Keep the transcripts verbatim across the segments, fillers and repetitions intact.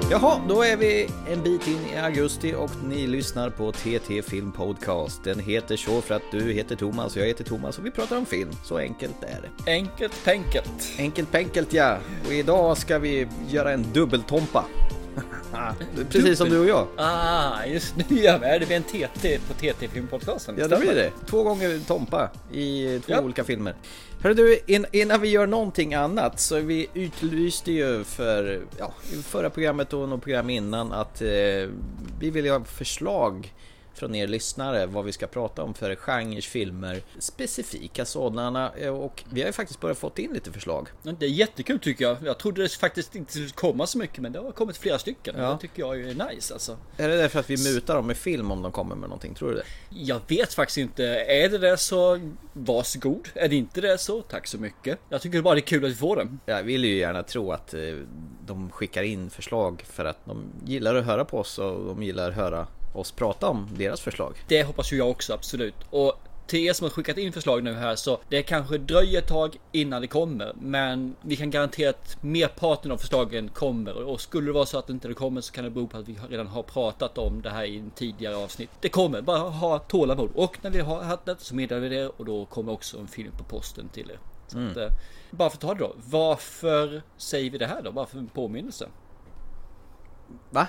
Jaha, då är vi en bit in i augusti och ni lyssnar på T T Film Podcast. Den heter så för att du heter Thomas och jag heter Thomas och vi pratar om film. Så enkelt är det. Enkelt penkelt. Enkelt penkelt, ja. Och idag ska vi göra en dubbeltompa. Precis Dubbel. Som du och jag. Ah, just nu gör vi det. Det blir en T T på T T Film Podcasten. Ja, det blir det. Två gånger tompa i två ja. olika filmer. Hörru du, in, innan vi gör någonting annat så vi utlyste ju för ja, förra programmet och något program innan att eh, vi vill ha förslag från er lyssnare vad vi ska prata om för genres filmer, specifika sådana, och vi har ju faktiskt börjat fått in lite förslag. Det är jättekul tycker jag. Jag trodde det faktiskt inte skulle komma så mycket, men det har kommit flera stycken. Ja. Det tycker jag är nice alltså. Är det därför att vi mutar dem med film om de kommer med någonting, tror du det? Jag vet faktiskt inte. Är det det så varsågod. Är det inte det så tack så mycket. Jag tycker bara det är kul att vi får dem. Jag vill ju gärna tro att de skickar in förslag för att de gillar att höra på oss och de gillar att höra oss prata om deras förslag. Det hoppas ju jag också, absolut. Och till er som har skickat in förslag nu här, så det kanske dröjer ett tag innan det kommer, men vi kan garantera att merparten av förslagen kommer, och skulle det vara så att det inte kommer så kan det bero på att vi redan har pratat om det här i en tidigare avsnitt. Det kommer, bara ha tålamod, och när vi har haft det så meddelar vi det, och då kommer också en film på posten till er. Så mm. att, bara för att ta det då, varför säger vi det här då? Bara för en påminnelse. Va?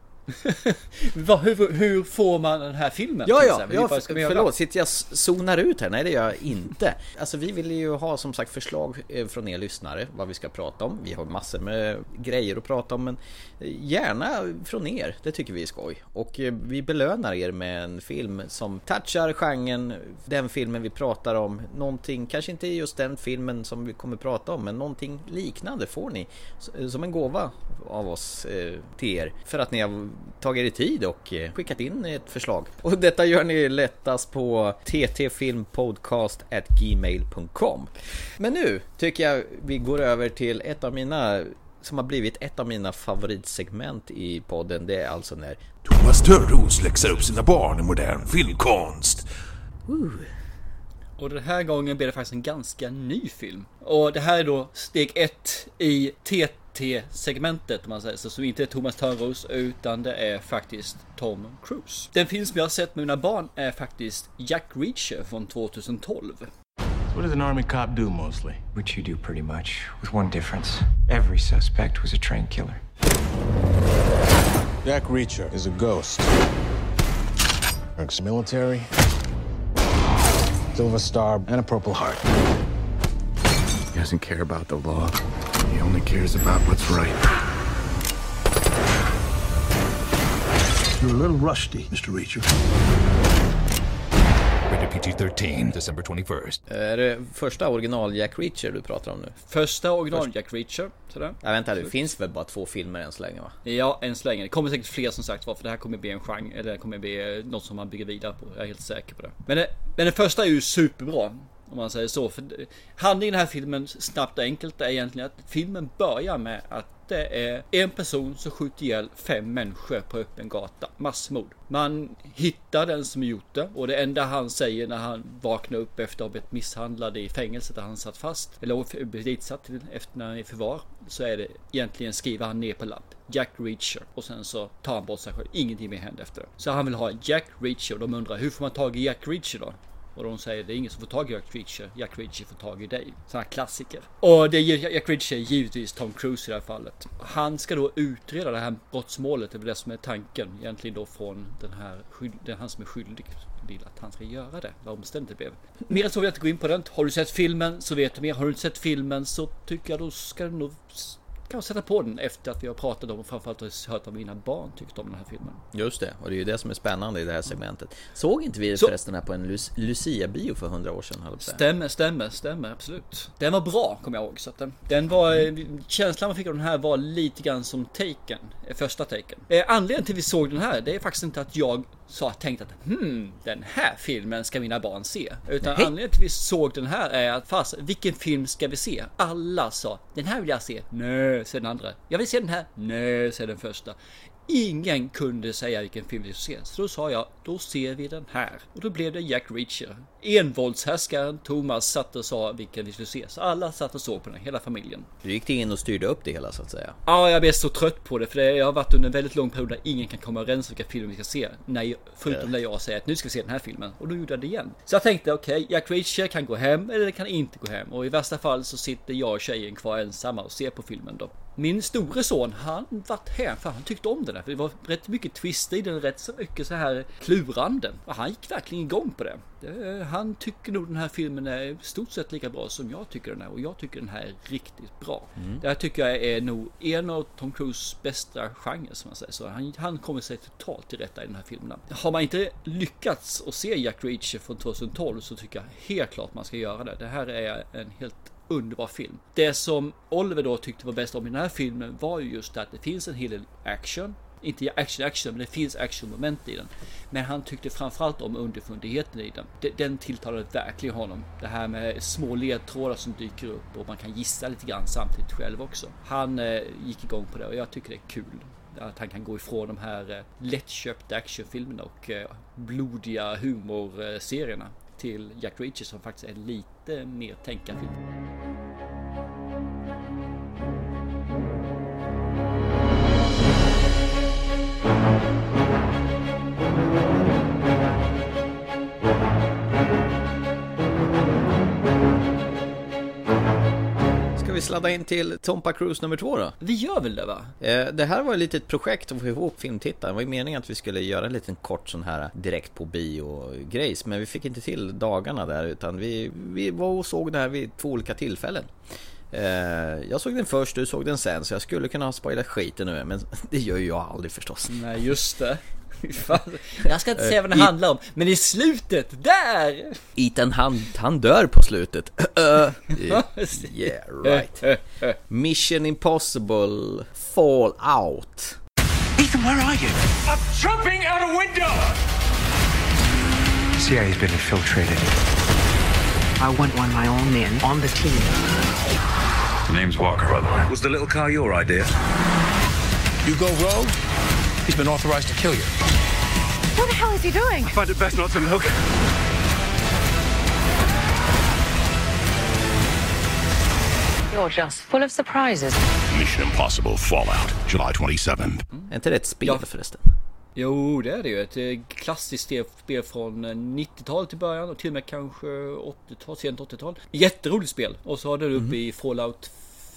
hur, hur får man den här filmen? Ja, ja, ja för, förlåt, sitter jag zonar ut här? Nej, det gör jag inte. Alltså, vi vill ju ha som sagt förslag från er lyssnare vad vi ska prata om. Vi har massor med grejer att prata om, men gärna från er, det tycker vi är skoj. Och vi belönar er med en film som touchar genren, den filmen vi pratar om. Någonting, kanske inte just den filmen som vi kommer prata om, men någonting liknande får ni som en gåva av oss till er, för att ni har tagit er tid och skickat in ett förslag. Och detta gör ni lättast på ttfilmpodcast at gmail dot com. Men nu tycker jag vi går över till ett av mina, som har blivit ett av mina favoritsegment i podden. Det är alltså när Thomas Törnros läxar upp sina barn i modern filmkonst. Uh. Och den här gången blir det faktiskt en ganska ny film. Och det här är då steg ett i T T-segmentet, om man säger så, som inte är Thomas Törnros utan det är faktiskt Tom Cruise. Den film som jag har sett med mina barn är faktiskt Jack Reacher från tjugohundratolv. What does an army cop do mostly? What you do pretty much, with one difference. Every suspect was a trained killer. Jack Reacher is a ghost. Ex-military, Silver Star, and a Purple Heart. He doesn't care about the law. He only cares about what's right. You're a little rusty, mister Reacher. Rated P G thirteen, December twenty-first. Är det första original Jack Reacher du pratar om nu? Första original Först... Jack Reacher, sådär. Ja, vänta, det finns väl bara två filmer än så länge, va? Ja, än så länge. Det kommer säkert fler som sagt, för det här kommer bli en genre, eller det kommer bli något som man bygger vidare på. Jag är helt säker på det. Men, det, men den första är ju superbra, om man säger så. För handlingen i den här filmen, snabbt och enkelt, är egentligen att filmen börjar med att det är en person som skjuter ihjäl fem människor på öppen gata. Massmord. Man hittar den som gjort det, och det enda han säger när han vaknar upp efter att ha blivit misshandlad i fängelset där han satt fast, eller blivit satt till efter när han är i förvar, så är det egentligen, skriver han ner på lapp Jack Reacher, och sen så tar han bort sig själv. Ingenting mer händer efter det. Så han vill ha Jack Reacher, och de undrar hur får man tag i Jack Reacher då? Och de säger det är ingen som får tag i Jack Reacher. Jack Reacher får tag i dig. Sådana klassiker. Och det är Jack Reacher är givetvis Tom Cruise i det här fallet. Han ska då utreda det här brottsmålet. Det är det som är tanken. Egentligen då från den här, den han som är skyldig vill att han ska göra det. Vad omständigt det blev. Mer än så vill jag inte gå in på den. Har du sett filmen så vet du mer. Har du inte sett filmen så tycker jag då ska du nog kan sätta på den efter att vi har pratat om och framförallt har hört vad mina barn tyckte om den här filmen. Just det, och det är ju det som är spännande i det här segmentet. Såg inte vi så, förresten här på en Lu- Lucia-bio för hundra år sedan? Stämmer, stämmer, stämmer, absolut. Den var bra, kommer jag ihåg. Så att den, den var, mm. känslan man fick av den här var lite grann som Taken, första Taken. Eh, anledningen till vi såg den här, det är faktiskt inte att jag så har jag tänkt att hmm, den här filmen ska mina barn se. Utan Nej. anledningen till att vi såg den här är att fast, vilken film ska vi se? Alla sa, den här vill jag se. Nej, säger den andra. Jag vill se den här. Nej, säger den första. Ingen kunde säga vilken film vi skulle se. Så då sa jag, då ser vi den här. Och då blev det Jack Reacher. Envåldshärskaren Thomas satt och sa vilken vi skulle se. Så alla satt och såg på den, hela familjen. Du gick in och styrde upp det hela så att säga. Ja, jag blev så trött på det. För det, jag har varit under en väldigt lång period där ingen kan komma överens vilka filmer vi ska se. Nej, förutom när jag säger att nu ska vi se den här filmen. Och då gjorde jag det igen. Så jag tänkte, okej, okay, Jack Reacher kan gå hem eller det kan inte gå hem. Och i värsta fall så sitter jag och tjejen kvar ensamma och ser på filmen då. Min store son, han vart hem för han tyckte om den där. För det var rätt mycket twist i den, rätt så mycket så här kluranden. Och han gick verkligen igång på det. det. Han tycker nog den här filmen är stort sett lika bra som jag tycker den är. Och jag tycker den här är riktigt bra. Mm. Det här tycker jag är nog en av Tom Cruise bästa genrer som man säger. Så han, han kommer sig totalt till rätta i den här filmen. Har man inte lyckats att se Jack Reacher från tjugohundratolv så tycker jag helt klart man ska göra det. Det här är en helt underbar film. Det som Oliver då tyckte var bäst om i den här filmen var ju just att det finns en hel del action. Inte action action, men det finns actionmoment i den. Men han tyckte framförallt om underfundigheten i den. Den tilltalade verkligen honom. Det här med små ledtrådar som dyker upp och man kan gissa lite grann samtidigt själv också. Han eh, gick igång på det och jag tycker det är kul. Att han kan gå ifrån de här eh, lättköpta actionfilmerna och eh, blodiga humorserierna till Jack Reacher som faktiskt är lite mer tänkarfilm. Ska vi sladda in till Tompa Cruise nummer två då? Vi gör väl det va? Eh, det här var ett litet projekt att få ihop filmtittare. Det var ju meningen att vi skulle göra en liten kort sån här direkt på bio-grejs. Men vi fick inte till dagarna där utan vi, vi var och såg det här vid två olika tillfällen. Eh, jag såg den först, du såg den sen. Så jag skulle kunna ha spoilat skiten nu. Men det gör ju jag aldrig förstås. Nej just det. Jag ska inte säga vad det handlar om. Men i slutet, där Ethan han, han dör på slutet. uh, Yeah right. Mission Impossible Fallout. Ethan, where are you? I'm jumping out a window. C I A's been infiltrated. I want one of my own men on the team. The name's Walker, by the way. Was the little car your idea? You go rogue? He's been authorized to kill you. What the hell is he doing? I find it best not to look. You're just full of surprises. Mission Impossible Fallout, July twenty-seventh. Är inte det ett spel ja. förresten? Jo, det är det ju. Ett klassiskt spel från nittiotalet i början och till och med kanske åttiotal, sent åttiotal. Jätteroligt spel. Och så har det uppe mm. i Fallout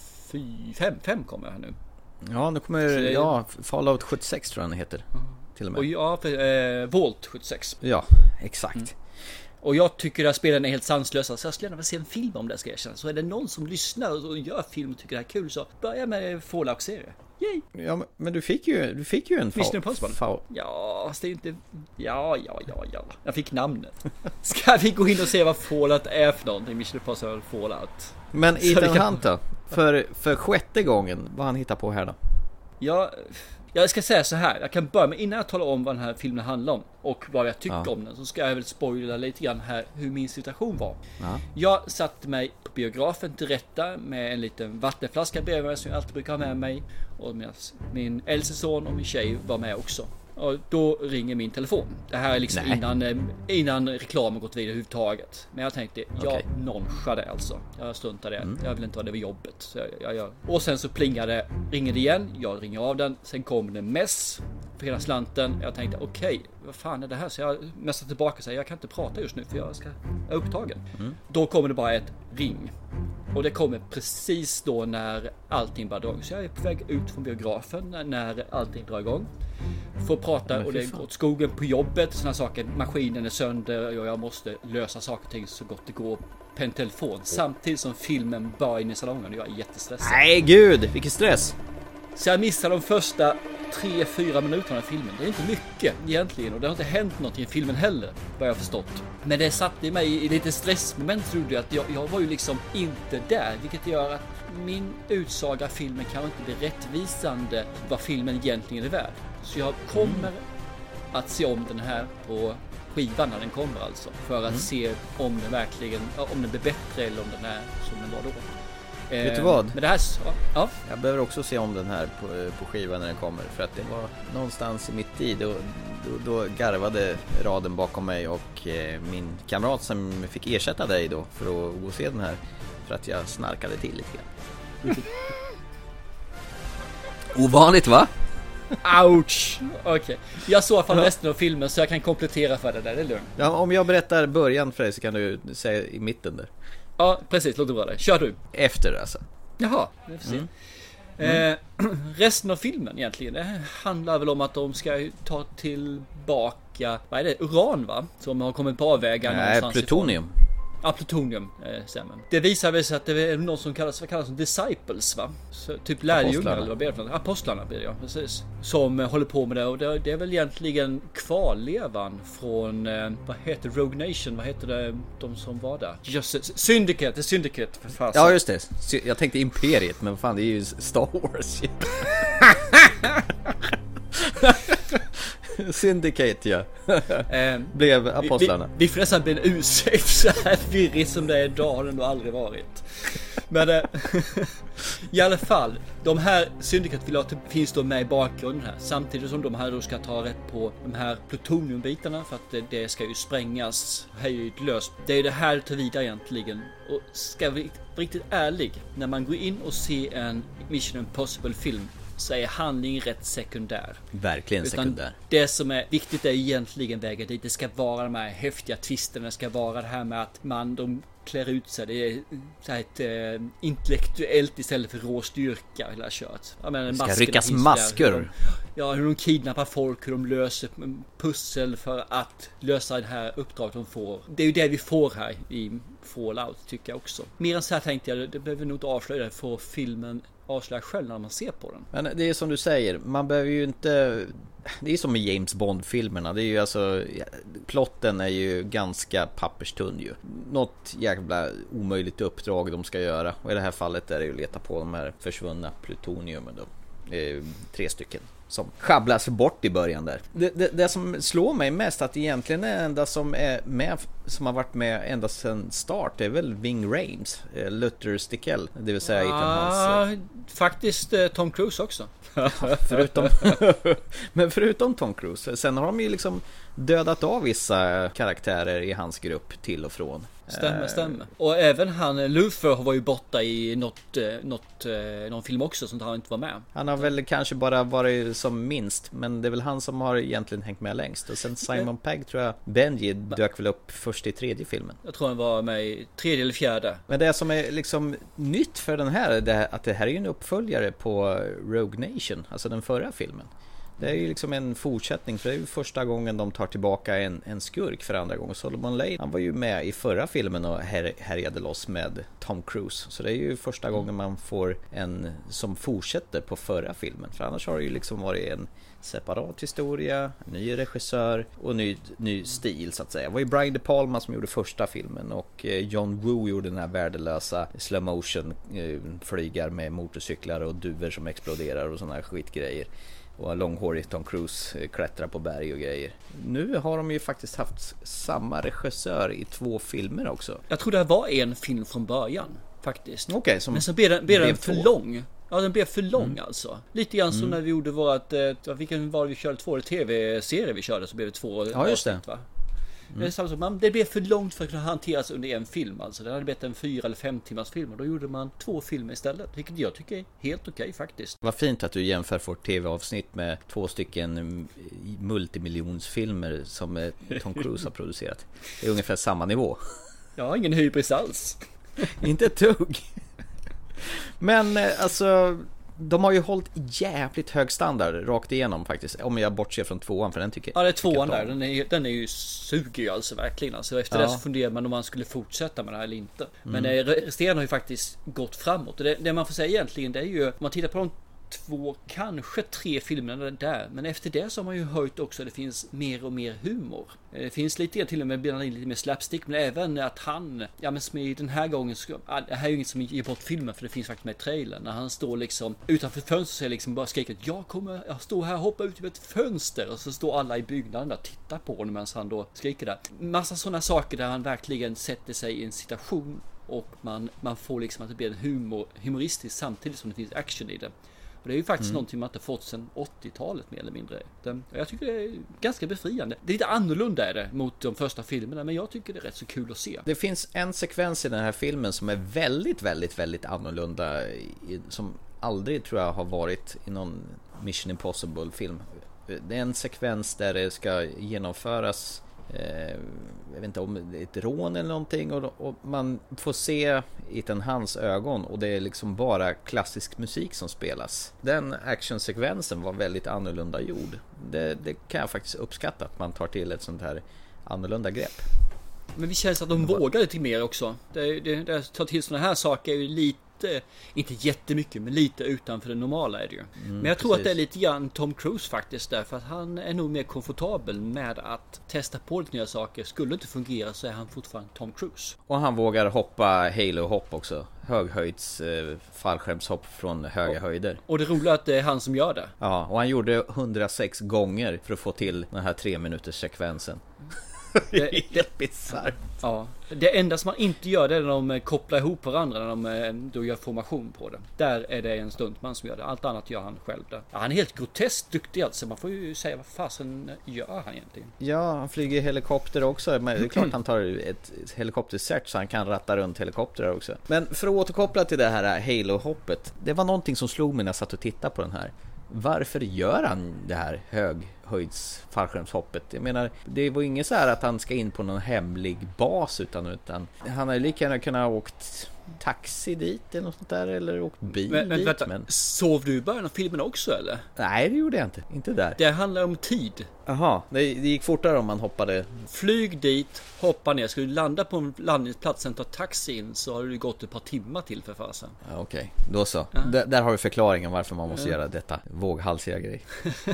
fem kommer här nu. Ja, nu kommer det, ja, Fallout sjuttiosex tror jag den heter. Mm. Till och med. Och ja, för, eh, Vault sjuttiosex. Ja, exakt. Mm. Och jag tycker att spelen är helt sanslösa. Så jag skulle gärna vilja se en film om det, ska jag känna. Så är det någon som lyssnar och gör film och tycker det är kul, så börja med Fallout-serie. Yay! Ja, men du fick ju, du fick ju en Mission Impossible. Fa- ja, det är inte... Ja, ja, ja, ja. Jag fick namnet. Ska vi gå in och se vad Fallout är för någonting? Mission Impossible Fallout. Men Ethan Hunt då? För, för sjätte gången, vad han hittar på här då? Ja... Jag ska säga så här, jag kan börja med innan jag talar om vad den här filmen handlar om och vad jag tycker ja. om den, så ska jag väl spoila lite grann här hur min situation var. Ja. Jag satte mig på biografen till rätta med en liten vattenflaska bredvid mig som jag alltid brukar ha med mig, och min äldste son och min tjej var med också. Och då ringer min telefon. Det här är liksom innan, innan reklamen gått vidare överhuvudtaget. Men jag tänkte, jag okay. nonchar det alltså. Jag struntar det. Mm. Jag vill inte ha det vid jobbet. Så jag, jag, jag. Och sen så plingade, ringer det igen. Jag ringer av den. Sen kom det mess för hela slanten. Jag tänkte, okej, okay, vad fan är det här? Så jag messade tillbaka och säger, jag kan inte prata just nu för jag ska jag är upptagen. Mm. Då kommer det bara ett ring. Och det kommer precis då när allting bara drar igång. Så jag är på väg ut från biografen när allting drar igång. Får prata och det går åt skogen på jobbet. Sådana saker, maskinen är sönder och jag måste lösa saker och ting så gott det går på en telefon. Samtidigt som filmen börjar in i salongen och jag är jättestressad. Nej gud, vilken stress. Så jag missar de första tre fyra minuterna av filmen. Det är inte mycket egentligen och det har inte hänt något i filmen heller, vad jag har förstått. Men det satte mig i lite stressmoment, trodde jag att jag, jag var ju liksom inte där, vilket gör att min utsaga av filmen kan inte bli rättvisande vad filmen egentligen är värd. Så jag kommer att se om den här på skivan när den kommer alltså. För att mm. se om den verkligen, om den blir bättre eller om den är som den var då. Vet du vad? Men det här, ja. Jag behöver också se om den här på, på skivan när den kommer. För att det var någonstans i mitt tid. Då, då, då garvade raden bakom mig och eh, min kamrat som fick ersätta dig då för att gå och se den här. För att jag snarkade till lite grann. Ovanligt, va? Ouch! Okej, okay. Jag såg fan resten av filmen så jag kan komplettera för det där, det är lugnt. Ja, om jag berättar början för dig så kan du säga i mitten där. Ja, precis, låt det vara det. Kör du. Efter alltså. Jaha, vi får se. Mm. Mm. Eh, resten av filmen egentligen, det handlar väl om att de ska ta tillbaka, vad är det, uran va? Som har kommit på avvägar. Nej, plutonium. Ifrån. Ja, plutonium eh, stämmer. Det visar väl sig att det är någon som kallas, vad kallas som disciples va? Så, typ lärjungar eller vad blir det för något? Apostlarna blir det, ja, precis. Som eh, håller på med det och det, det är väl egentligen kvarlevan från, eh, vad heter Rogue Nation, vad heter det, de som var där? Just Syndicate, det är Syndicate för fan. Ja, just det. Jag tänkte Imperiet, men fan det är ju Star Wars. Syndicate, ja. eh, Blev apostlarna. Vi, vi, vi får nästan bli en ursäkt så här virrig som det är idag har det nog aldrig varit. Men eh, i alla fall, de här Syndicate finns då med i bakgrunden här. Samtidigt som de här då ska ta rätt på de här plutoniumbitarna för att det, det ska ju sprängas höjdlöst. Det är det här tar vidare egentligen. Och ska vi vara riktigt ärlig, när man går in och ser en Mission Impossible film så är handling rätt sekundär. Verkligen Utan sekundär. Det som är viktigt är egentligen vägen dit. Det ska vara de här häftiga twisterna. Det ska vara det här med att man de klär ut sig. Det är så här ett äh, intellektuellt istället för rå styrka. Hela kört. Jag menar, det ska ryckas masker. Hur de, ja, hur de kidnappar folk. Hur de löser pussel för att lösa det här uppdraget de får. Det är ju det vi får här i Fallout tycker jag också. Mer än så här tänkte jag. Det behöver nog inte avslöja det för filmen avslöja själv när man ser på den. Men det är som du säger, man behöver ju inte. Det är som med James Bond-filmerna. Det är ju alltså, plotten är ju ganska papperstunn ju. Något jävla omöjligt uppdrag de ska göra. Och i det här fallet är det ju att leta på de här försvunna plutoniumen då. Eh, tre stycken som schabblas bort i början där. Det, det, det som slår mig mest att egentligen är enda som är med, som har varit med ända sedan start, det är väl Ving Rhames, eh, Luther Stickell, det vill säga Ethan ah, Hans. Faktiskt eh, Tom Cruise också. förutom Men förutom Tom Cruise, sen har de ju liksom dödat av vissa karaktärer i hans grupp till och från. Stämmer, stämmer. Och även han, Luther var ju borta i något, något, någon film också som han inte var med. Han har väl kanske bara varit som minst, men det är väl han som har egentligen hängt med längst. Och sen Simon Pegg tror jag, Benji dök väl upp först i tredje filmen. Jag tror han var med i tredje eller fjärde. Men det som är liksom nytt för den här, det här att det här är ju en uppföljare på Rogue Nation, alltså den förra filmen. Det är ju liksom en fortsättning, för det är ju första gången de tar tillbaka en, en skurk för andra gången. Solomon Lane, han var ju med i förra filmen och här, härjade loss med Tom Cruise. Så det är ju första gången man får en som fortsätter på förra filmen. För annars har det ju liksom varit en separat historia, ny regissör och ny, ny stil så att säga. Det var ju Brian De Palma som gjorde första filmen och John Woo gjorde den här värdelösa slow motion flygar med motorcyklar och duvor som exploderar och såna här skitgrejer. Och långhårig Tom Cruise klättrar på berg och grejer. Nu har de ju faktiskt haft samma regissör i två filmer också. Jag tror det var en film från början faktiskt. Okej, okay, som men så blev den, blev den för två. lång. Ja, den blev för lång mm. alltså. Lite grann som mm. när vi gjorde vårat, eh, vilken var det vi körde, två tv-serier vi körde så blev det två. Ja, just det. Va? Mm. Det är samma som, det blev för långt för att kunna hanteras under en film alltså. Det hade blivit en fyra eller fem timmars film och då gjorde man två filmer istället. Vilket jag tycker är helt okej okay, faktiskt. Vad fint att du jämför vårt tv-avsnitt med två stycken multimiljonsfilmer som Tom Cruise har producerat. Det är ungefär samma nivå. Jag har ingen hybris alls. Inte ett tugg. Men alltså, de har ju hållit jävligt hög standard rakt igenom faktiskt. Om jag bortser från tvåan, för den tycker jag. Ja, det är tvåan där. Den är, den är ju suger alltså verkligen. Alltså, efter ja. det så funderar man om man skulle fortsätta med det här eller inte. Men mm. resterande har ju faktiskt gått framåt. Och det, det man får säga egentligen, det är ju, om man tittar på de två, kanske tre filmer där. Men efter det så har man ju hört också att det finns mer och mer humor. Det finns lite till och med blandar in lite mer slapstick, men även att han, ja men som i den här gången, det här är ju inget som ger bort filmen för det finns faktiskt med i trailern. När han står liksom utanför fönstret så är liksom bara skriker att jag kommer, jag står här och hoppar ut i ett fönster, och så står alla i byggnaden och tittar på honom medan han då skriker där. Massa sådana saker där han verkligen sätter sig i en situation och man, man får liksom att det blir en humor, humoristiskt samtidigt som det finns action i det. Och det är ju faktiskt mm. någonting man inte fått sedan åttiotalet mer eller mindre. Jag tycker det är ganska befriande. Det är lite annorlunda är det mot de första filmerna, men jag tycker det är rätt så kul att se. Det finns en sekvens i den här filmen som är väldigt, väldigt, väldigt annorlunda, som aldrig tror jag har varit i någon Mission Impossible-film. Det är en sekvens där det ska genomföras, eh, jag vet inte om ett rån eller någonting, och, och man får se Ethan Hunts ögon och det är liksom bara klassisk musik som spelas. Den actionsekvensen var väldigt annorlunda gjord. Det, det kan jag faktiskt uppskatta, att man tar till ett sånt här annorlunda grepp. Men vi känns att de vågar lite mer också. Det, det, det att ta till såna här saker är ju lite, inte jättemycket, men lite utanför det normala är det ju. Mm, men jag tror precis. Att det är lite grann Tom Cruise faktiskt, därför att han är nog mer komfortabel med att testa på lite nya saker. Skulle det inte fungera så är han fortfarande Tom Cruise. Och han vågar hoppa Halo-hopp också. Höghöjds eh, fallskärmshopp från höga och, höjder. Och det roliga är att det är han som gör det. Ja, och han gjorde hundrasex gånger för att få till den här tre minuters sekvensen. Det är helt bizarrt. Ja, det enda som man inte gör det är när de kopplar ihop varandra, när de då gör formation på det. Där är det en stuntman som gör det. Allt annat gör han själv där. Ja, han är helt groteskt duktig alltså. Man får ju säga, vad fasen gör han egentligen? Ja, han flyger helikopter också. Men det är klart han tar ett helikopterset så han kan ratta runt helikoptrar också. Men för att återkoppla till det här Halo-hoppet. Det var någonting som slog mig när jag satt och tittade på den här. Varför gör han det här höghöjds fallskärmshoppet? Jag menar, det var inget så här att han ska in på någon hemlig bas, utan, utan han har ju lika gärna kunnat ha åkt taxi dit eller något sånt där, eller åkt bil men, men, dit. Vänta, men... Sov du i början av filmen också eller? Nej, det gjorde jag inte. Inte där. Det handlar om tid. Jaha, det, det gick fortare om man hoppade. Flyg dit, hoppa ner. Ska du landa på en landningsplats och ta taxi in, så har du gått ett par timmar till för fasen. Ja, okej, okay. Då så. Ja. D- där har vi förklaringen varför man måste ja. göra detta våghalsiga grej.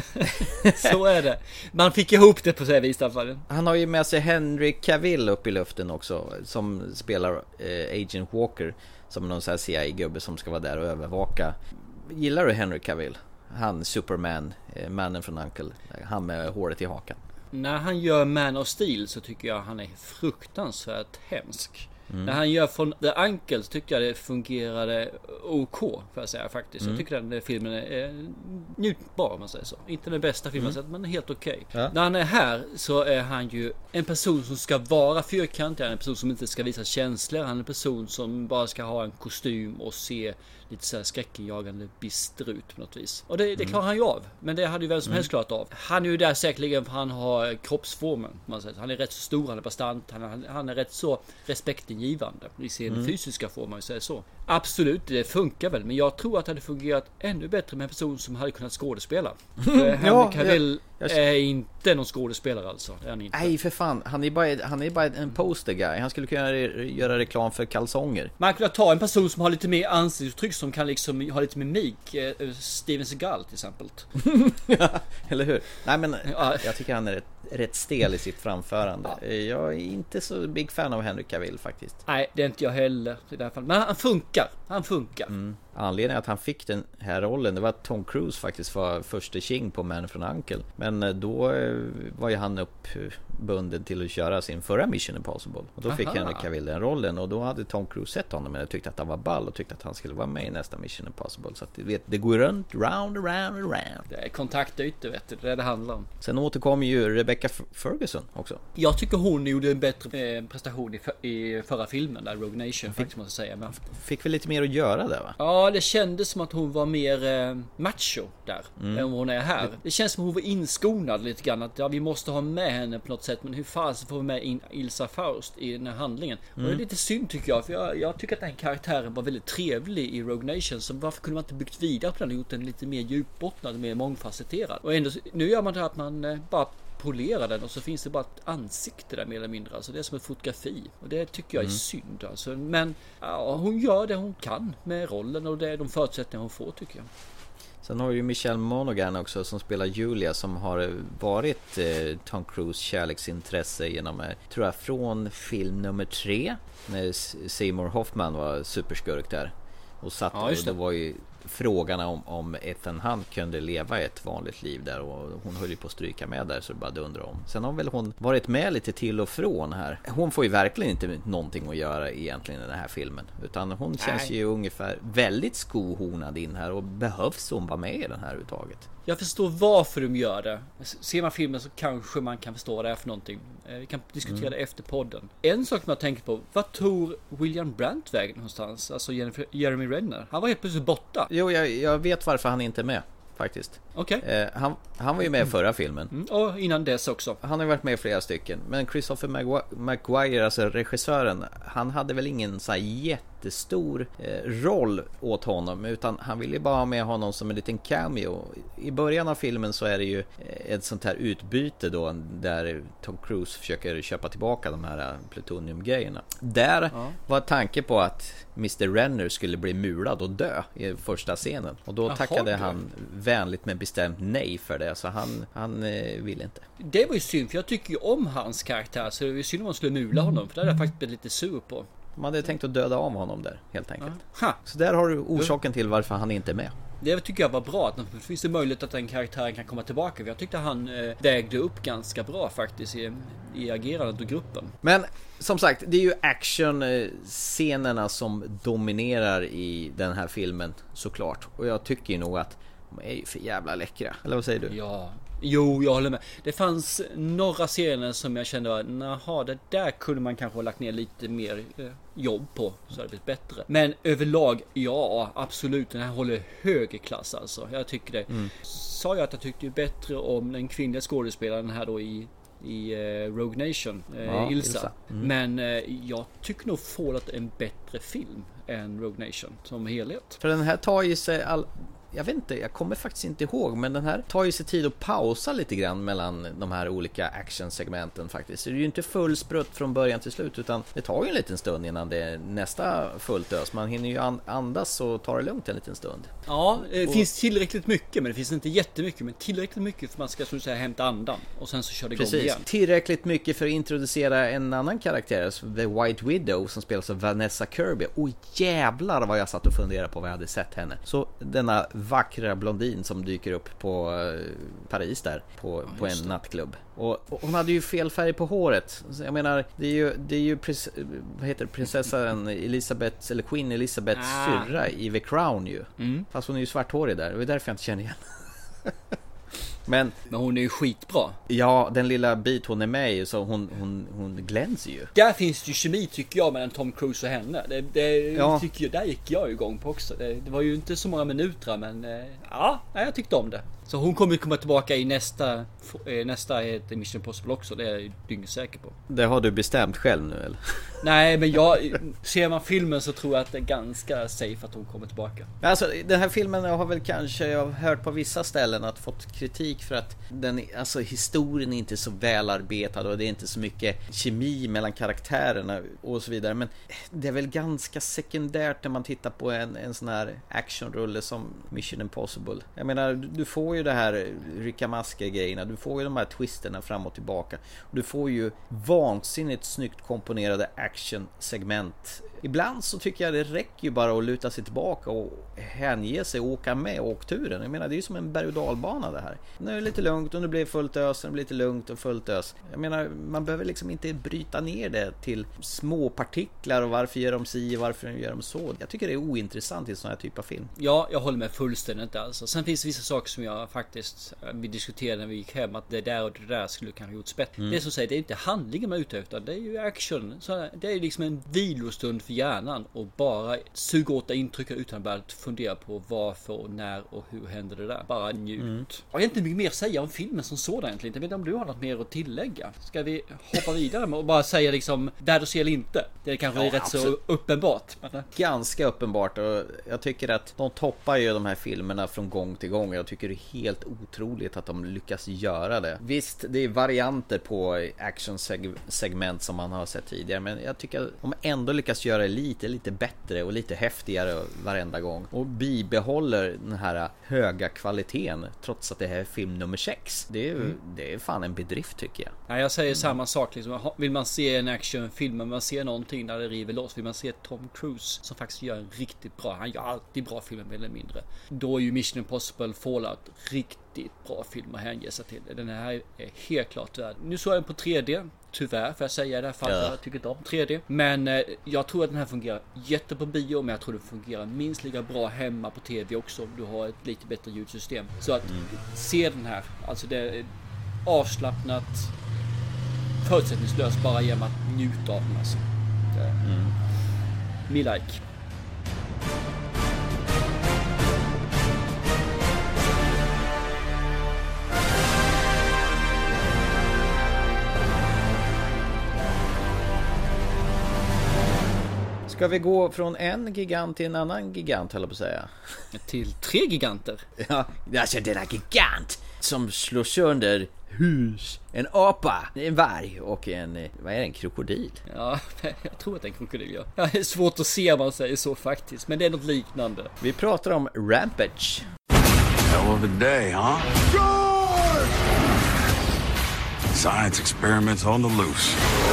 Så är det. Man fick ihop det på så här vis i alla fall. Han har ju med sig Henry Cavill upp i luften också, som spelar eh, Agent Walker, som någon sån här C I A-gubbe som ska vara där och övervaka. Gillar du Henry Cavill? Han Superman, eh, mannen från Uncle, han med håret i hakan. När han gör Man of Steel så tycker jag han är fruktansvärt hemsk. Mm. När han gör från The Uncle så tycker jag det fungerade OK, för att säga faktiskt. Mm. Jag tycker den filmen är njutbar, om man säger så. Inte den bästa filmen, mm. men helt okej. Okay. Ja. När han är här så är han ju en person som ska vara fyrkantig. Han är en person som inte ska visa känslor. Han är en person som bara ska ha en kostym och se lite så här skräckenjagande bister ut på något vis. Och det, det klarar han ju av. Men det hade ju vem som helst klarat av. Han är ju där säkerligen för han har kroppsformen. Man säger. Han är rätt så stor, han är bastant. Han, han är rätt så respektingivande i sin mm. fysiska form, man säger så. Absolut, det funkar väl. Men jag tror att det hade fungerat ännu bättre med en person som hade kunnat skådespela. För Henry Cavill jag, jag... är inte någon skådespelare alltså. Är han inte. Nej, för fan. Han är bara, han är bara en poster guy. Han skulle kunna re- göra reklam för kalsonger. Man kunde ta en person som har lite mer ansiktsuttryck, som kan liksom ha lite mer mik. Eh, Steven Seagal till exempel. Ja, eller hur? Nej, men jag tycker han är rätt, rätt stel i sitt framförande. Ja. Jag är inte så big fan av Henry Cavill faktiskt. Nej, det är inte jag heller i det här fallet. Men han funkar. Han funkar. Mm. Anledningen att han fick den här rollen, det var att Tom Cruise faktiskt var första king på Man from Uncle. Men då var ju han uppbunden till att köra sin förra Mission Impossible. Och då Aha. fick Henry Cavill den rollen. Och då hade Tom Cruise sett honom, men jag tyckte att han var ball och tyckte att han skulle vara med i nästa Mission Impossible. Så att du vet, det går runt, round, round, round. Det är kontaktytor, vet du, det är det handlar om. Sen återkom ju Rebecca Ferguson också. Jag tycker hon gjorde en bättre prestation i, för, i förra filmen där, Rogue Nation fick, faktiskt måste jag säga. Men... Fick väl lite mer att göra där, va? Ja, det kändes som att hon var mer eh, macho där mm. än hon är här. Det känns som att hon var inskonad lite grann, att ja, vi måste ha med henne på något sätt, men hur fan så får vi med in Ilsa Faust i den här handlingen? Mm. Och det är lite synd tycker jag, för jag, jag tycker att den karaktären var väldigt trevlig i Rogue Nation, så varför kunde man inte byggt vidare på den och gjort den lite mer djupbottnad, mer mångfacetterad? Och ändå, nu gör man det att man eh, bara polerar den och så finns det bara ett ansikte där mer eller mindre, alltså det är som ett fotografi, och det tycker jag är mm. synd alltså. Men ja, hon gör det hon kan med rollen och det är de förutsättningar hon får, tycker jag. Sen har du ju Michelle Monaghan också som spelar Julia, som har varit eh, Tom Cruise kärleksintresse genom, eh, tror jag, från film nummer tre när Seymour Hoffman var superskurk där. Och satt ja, och det var ju frågan om, om Ethan Hunt kunde leva ett vanligt liv där, och hon höll ju på att stryka med där, så det bara undrar om. Sen har väl hon varit med lite till och från här. Hon får ju verkligen inte någonting att göra egentligen i den här filmen, utan hon känns Nej. ju ungefär väldigt skohornad in här, och behövs hon vara med i den här överhuvudtaget. Jag förstår varför de gör det. Ser man filmen så kanske man kan förstå vad det är för någonting. Vi kan diskutera mm. det efter podden. En sak som jag tänker på, vad tog William Brandt vägen någonstans? Alltså Jeremy Renner. Han var helt plötsligt borta. Jo, jag, jag vet varför han inte är med faktiskt. Okay. Eh, han, han var ju med i förra filmen. Mm. Och innan dess också. Han har varit med i flera stycken. Men Christopher Maguire, alltså regissören, han hade väl ingen så här jättestor eh, roll åt honom, utan han ville bara ha med honom som en liten cameo. I början av filmen så är det ju ett sånt här utbyte då, där Tom Cruise försöker köpa tillbaka de här plutoniumgrejerna. Där ja. var tanke på att mister Renner skulle bli mulad och dö i första scenen. Och då Jaha, tackade han vänligt men bestämt nej för det. Så han, han eh, ville inte. Det var ju synd, för jag tycker ju om hans karaktär. Så det var ju synd om man skulle mula honom, för det hade jag faktiskt blivit lite sur på. Man hade tänkt att döda av honom där, helt enkelt. Ja. Så där har du orsaken till varför han inte är med. Det tycker jag var bra, att det finns det möjlighet att den karaktären kan komma tillbaka. För jag tyckte han eh, vägde upp ganska bra faktiskt i, i agerandet och gruppen. Men som sagt, det är ju actionscenerna som dominerar i den här filmen, såklart. Och jag tycker nog att de är ju för jävla läckra. Eller vad säger du? Ja, jo, jag håller med. Det fanns några scener som jag kände var, naha, det där kunde man kanske ha lagt ner lite mer eh, jobb på, så hade det blivit bättre. Men överlag, ja, absolut, den här håller högre klass alltså. Jag tycker det. Mm. Sa jag att jag tyckte bättre om den kvinnliga skådespelaren här då i i uh, Rogue Nation, uh, ja, Ilsa, Ilsa. Mm. Men uh, jag tycker nog Fallout är en bättre film än Rogue Nation som helhet. För den här tar ju sig all... Jag vet inte, jag kommer faktiskt inte ihåg, men den här tar ju sig tid att pausa lite grann mellan de här olika actionsegmenten faktiskt. Så det är ju inte full sprutt från början till slut, utan det tar ju en liten stund innan det är nästa fullt ös. Man hinner ju andas och ta det lugnt en liten stund. Ja, det och... finns tillräckligt mycket, men det finns inte jättemycket, men tillräckligt mycket för att man ska så att säga hämta andan och sen så kör det igång Precis. igen. Tillräckligt mycket för att introducera en annan karaktär, alltså The White Widow, som spelas av Vanessa Kirby. Och jävlar vad jag satt och funderade på vad jag hade sett henne. Så denna vackra blondin som dyker upp på Paris där på, ja, på en nattklubb. Och, och hon hade ju fel färg på håret. Så jag menar, det är ju, det är ju pris, vad heter det, prinsessan Elizabeth, eller Queen Elizabeths ah. syrra i The Crown ju. Mm. Fast hon är ju svarthårig där. Och det är därför jag inte känner igen. Men, Men hon är ju skitbra. Ja, den lilla bit hon är med i, så hon, hon, hon glänser ju. Där finns det ju kemi tycker jag mellan Tom Cruise och henne. Det, det ja. tycker jag, där gick jag igång på också. Det, det var ju inte så många minuter, men ja, jag tyckte om det. Så hon kommer komma tillbaka i nästa nästa heter Mission Impossible också, det är jag dyngsäker på. Det har du bestämt själv nu eller? Nej, men jag ser man filmen så tror jag att det är ganska safe att hon kommer tillbaka. Alltså den här filmen har väl kanske, jag har hört på vissa ställen att fått kritik för att den, alltså historien är inte så välarbetad och det är inte så mycket kemi mellan karaktärerna och så vidare, men det är väl ganska sekundärt när man tittar på en, en sån här actionrulle som Mission Impossible. Jag menar, du får ju det här rycka masker-grejerna, du får ju de här twisterna fram och tillbaka, och du får ju vansinnigt snyggt komponerade action-segment. Ibland så tycker jag det räcker ju bara att luta sig tillbaka och hänge sig och åka med åkturen. Jag menar, det är ju som en berg- och dalbana det här. Nu är det lite lugnt och nu blir det fullt ös, nu blir det lite lugnt och fullt ös. Jag menar, man behöver liksom inte bryta ner det till små partiklar och varför gör de si och varför gör de så. Jag tycker det är ointressant i sån här typ av film. Ja, jag håller med fullständigt alltså. Sen finns det vissa saker som jag faktiskt, vi diskuterade när vi gick hem, att det där och det där skulle kanske gjorts bättre. Mm. Det är som säger, det är inte handlingen man är ute efter, det är ju action. Så det är liksom en vilostund för hjärnan och bara suga åt intryck utan att fundera på varför och när och hur händer det där. Bara njut. Mm. Jag har inte mycket mer att säga om filmen som sådan egentligen. Jag vet inte om du har något mer att tillägga. Ska vi hoppa vidare med och bara säga liksom där du ser eller inte? Det är kanske ja, rätt absolut. Så uppenbart. Ganska uppenbart, och jag tycker att de toppar ju de här filmerna från gång till gång. Jag tycker det är helt otroligt att de lyckas göra det. Visst, det är varianter på action-segment som man har sett tidigare, men jag tycker att de ändå lyckas göra det lite, lite bättre och lite häftigare varenda gång. Och bibehåller den här höga kvaliteten trots att det här är film nummer sex. Det är, mm. det är fan en bedrift tycker jag. Ja, jag säger mm. samma sak liksom. Vill man se en actionfilm, vill man se någonting där det river loss, vill man se Tom Cruise som faktiskt gör en riktigt bra, han gör alltid bra filmer mer eller mindre. Då är ju Mission Impossible Fallout riktigt bra film att hänge sig till. Den här är helt klart värd. Nu såg jag den på tre D. Tyvärr får jag säga i det här fallet, ja. Jag tycker inte om tre D. Men eh, jag tror att den här fungerar jätte på bio, men jag tror den fungerar minst lika bra hemma på tv också om du har ett lite bättre ljudsystem. Så att mm. se den här, alltså det är avslappnat, förutsättningslöst bara genom att njuta av den alltså. Mm. Me like. Ska vi gå från en gigant till en annan gigant, höll jag på att säga? Till tre giganter? Ja, alltså denna gigant som slår sönder hus, en apa, en varg och en, vad är det, en krokodil? Ja, jag tror att det är en krokodil, ja. Ja, det är svårt att se vad man säger så faktiskt, men det är något liknande. Vi pratar om Rampage. Hell of a day, huh? George! Science experiments on the loose.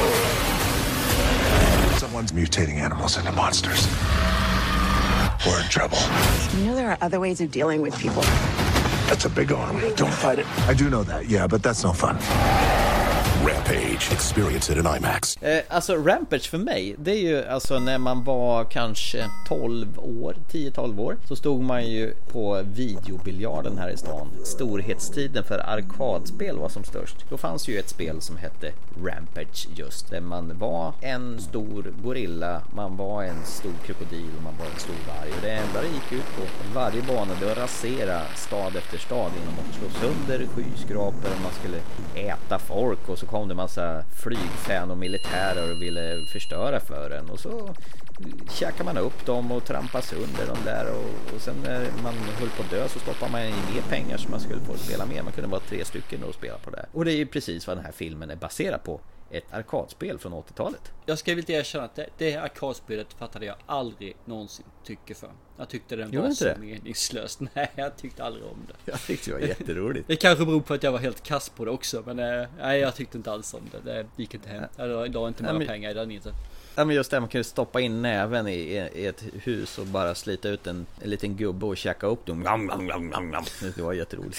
Someone's mutating animals into monsters. We're in trouble. You know there are other ways of dealing with people. That's a big arm. Don't fight it. I do know that, yeah, but that's no fun. Rampage. Experience it in IMAX. Eh, alltså Rampage för mig, det är ju alltså när man var kanske tolv år, tio tolv år, så stod man ju på videobiljarden här i stan. Storhetstiden för arkadspel var som störst. Då fanns ju ett spel som hette Rampage just, där man var en stor gorilla, man var en stor krokodil och man var en stor varg. Och det enda det gick ut på varje bana, det var att rasera stad efter stad genom att slå sönder skyskrapor och man skulle äta folk, och så kom det massa flygfän och militärer och ville förstöra för en, och så käkar man upp dem och trampar sönder dem där, och, och sen när man höll på att dö så stoppar man in mer pengar så man skulle få spela mer. Man kunde vara tre stycken och spela på det. Och det är ju precis vad den här filmen är baserad på. Ett arkadspel från åttiotalet. Jag ska väl erkänna att det, det arkadspelet fattade jag aldrig någonsin tycke för. Jag tyckte den var så det? meningslös. Nej, jag tyckte aldrig om det. Jag tyckte det var jätteroligt. Det kanske beror på att jag var helt kass på det också. Men eh, nej, jag tyckte inte alls om det. Det gick inte hem. Jag la inte några pengar i den inte. Ja, men just det, man kunde stoppa in näven i, i ett hus och bara slita ut en, en liten gubbe och käka upp dem. Det var jätteroligt.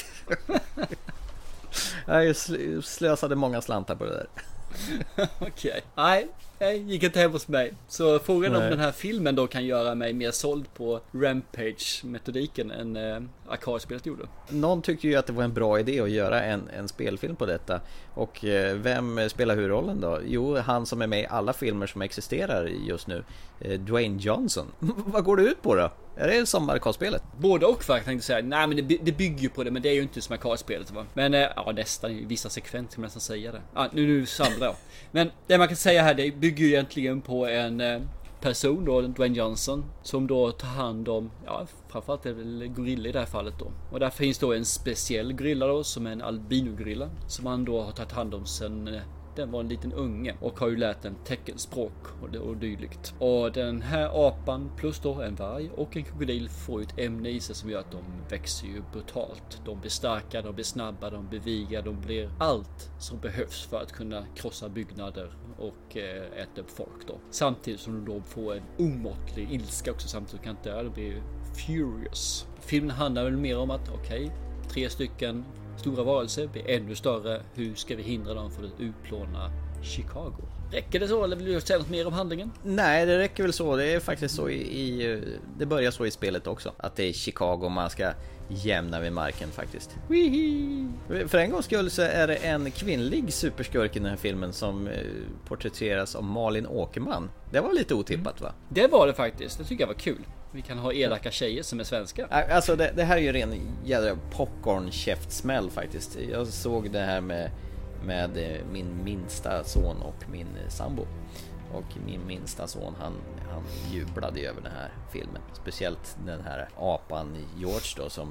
Jag slösade många slantar på det där. Okej, okay. Nej, det gick inte hem hos mig. Så frågan Nej. om den här filmen då kan göra mig mer såld på Rampage-metodiken än äh, arkadspelet gjorde. Någon tyckte ju att det var en bra idé att göra en, en spelfilm på detta. Och äh, vem spelar huvudrollen då? Jo, han som är med i alla filmer som existerar just nu, äh, Dwayne Johnson. Vad går det ut på då? Är det som arkadspelet? Både och faktiskt, tänkte säga. Nej, men det, det bygger ju på det, men det är ju inte som arkadspelet, va? Men ja, nästan i vissa sekvenser kan man nästan säga det. Ja, nu nu samlar jag. Men det man kan säga här, det bygger ju egentligen på en person då, Dwayne Johnson, som då tar hand om, ja, framförallt är det väl gorilla i det här fallet då. Och där finns då en speciell gorilla då, som är en albino-gorilla, som han då har tagit hand om sen den var en liten unge och har ju lärt en teckenspråk och, det, och dylikt. Och den här apan plus då en varg och en krokodil får ett ämne i sig som gör att de växer ju brutalt. De blir starka, de blir snabba, de blir viga, de blir allt som behövs för att kunna krossa byggnader och eh, äta upp folk då. Samtidigt som de då får en omåttlig ilska också, samtidigt kan inte det blir furious. Filmen handlar väl mer om att okej, okay, tre stycken stora varelser blir ännu större. Hur ska vi hindra dem från att utplåna Chicago? Räcker det så, eller vill du säga något mer om handlingen? Nej, det räcker väl så. Det är faktiskt så i, i det börjar så i spelet också, att det är Chicago man ska jämna vid marken faktiskt. Wihi. För en gångs skull så är det en kvinnlig superskurk i den här filmen som eh, porträtteras av Malin Åkerman. Det var lite otippat, va? Det var det faktiskt. Det tycker jag var kul. Vi kan ha elaka tjejer som är svenska. Alltså det, det här är ju ren jädra popcorn-käftsmäll faktiskt. Jag såg det här med, med min minsta son och min sambo. Och min minsta son, han, han jublade över den här filmen. Speciellt den här apan George då, som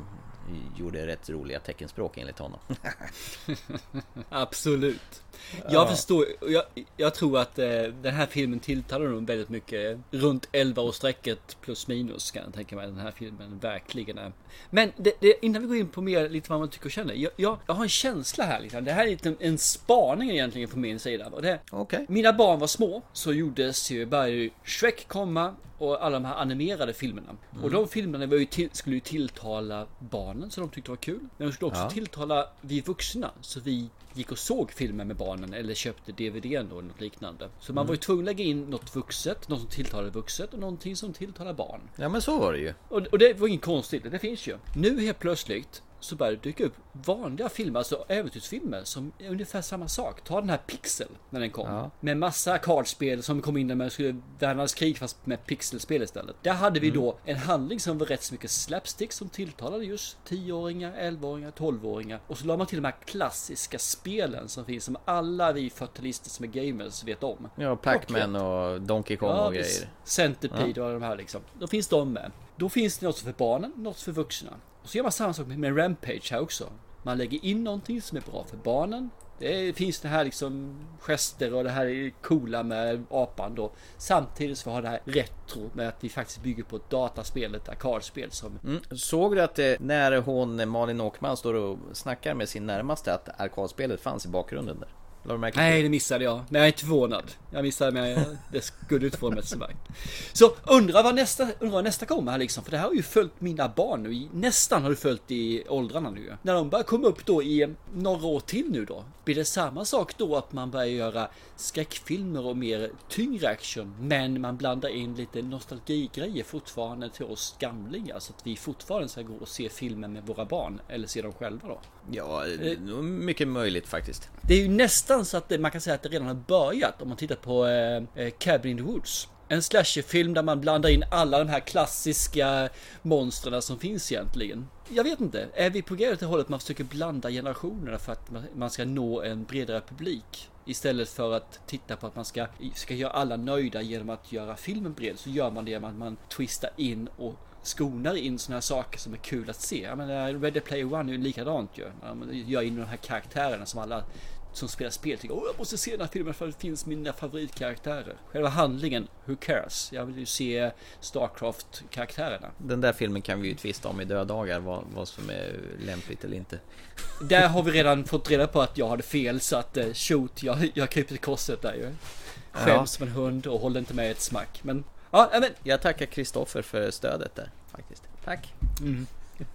gjorde rätt roliga teckenspråk enligt honom. Absolut. Jag förstår, jag, jag tror att eh, den här filmen tilltalar nog väldigt mycket runt elva årssträcket plus minus, kan jag tänka mig den här filmen verkligen är. Men det, det, innan vi går in på mer lite vad man tycker och känner, jag, jag, jag har en känsla här liksom. Det här är lite en, en spaning egentligen från min sida. Och det, okay. Mina barn var små, så gjordes ju bara Shrek komma och alla de här animerade filmerna. Mm. Och de filmerna var ju till, skulle ju tilltala barnen, så de tyckte det var kul. Men de skulle också ja. tilltala vi vuxna, så vi gick och såg filmer med barnen eller köpte D V D då, eller något liknande. Så man mm. var ju tvungen att lägga in något vuxet, något som tilltalar vuxet och någonting som tilltalar barn. Ja, men så var det ju. Och, och det var inget konstigt, det finns ju. Nu helt plötsligt så börjar det dyka upp vanliga filmer, alltså äventyrsfilmer som är ungefär samma sak. Ta den här Pixel när den kom. Ja. Med massa kardspel som kom in när man skulle världens krig fast med pixelspel istället. Där hade vi mm. då en handling som var rätt så mycket slapstick som tilltalade just tioåringar, elvaåringar, tolvåringar. Och så la man till de här klassiska spelen som finns, som alla vi fyrtiotalister som är gamers vet om. Ja, Pac-Man och Donkey Kong ja, och grejer. Centipede ja. och de här liksom. Då finns de med. Då finns det något för barnen, något för vuxna. Och så gör man samma sak med Rampage här också. Man lägger in någonting som är bra för barnen. Det finns det här liksom gester och det här är coola med apan då. Samtidigt så har det här retro med att vi faktiskt bygger på ett dataspel, ett arkadspel som... Mm. Såg du att det, när hon, Malin Åkerman, står och snackar med sin närmaste, att arkadspelet fanns i bakgrunden där? Nej, det missade jag. Men jag är inte förvånad. Jag missade, men jag, det skulle inte få mig så väl. Så undrar vad nästa, undrar vad nästa kommer här liksom. För det här har ju följt mina barn nu. Nästan har det följt i åldrarna nu. När de börjar komma upp då i några år till nu då. Blir det samma sak då att man börjar göra skräckfilmer och mer tyngre action. Men man blandar in lite nostalgigrejer fortfarande till oss gamlingar. Så att vi fortfarande ska gå och se filmer med våra barn. Eller se dem själva då. Ja, mycket möjligt faktiskt. Det är ju nästan så att det, man kan säga att det redan har börjat om man tittar på eh, Cabin in the Woods. En slasherfilm där man blandar in alla de här klassiska monstren som finns egentligen. Jag vet inte, är vi på väg åt det hållet man försöker blanda generationerna för att man ska nå en bredare publik? Istället för att titta på att man ska, ska göra alla nöjda genom att göra filmen bred, så gör man det genom att man twistar in och skonar in såna här saker som är kul att se. Jag menar, Ready Player One är ju likadant ju. Man gör in de här karaktärerna som alla som spelar spel tycker, åh, jag måste se den här filmen för det finns mina favoritkaraktärer. Själva handlingen, who cares? Jag vill ju se Starcraft-karaktärerna. Den där filmen kan vi ju tvista om i dödagar, vad, vad som är lämpligt eller inte. Där har vi redan fått reda på att jag hade fel, så att uh, shoot, jag, jag kryper till korset där ju. Skäms ja. som en hund och håller inte med ett smack. Men, ja, men... Jag tackar Kristoffer för stödet där, faktiskt. Tack. Mm.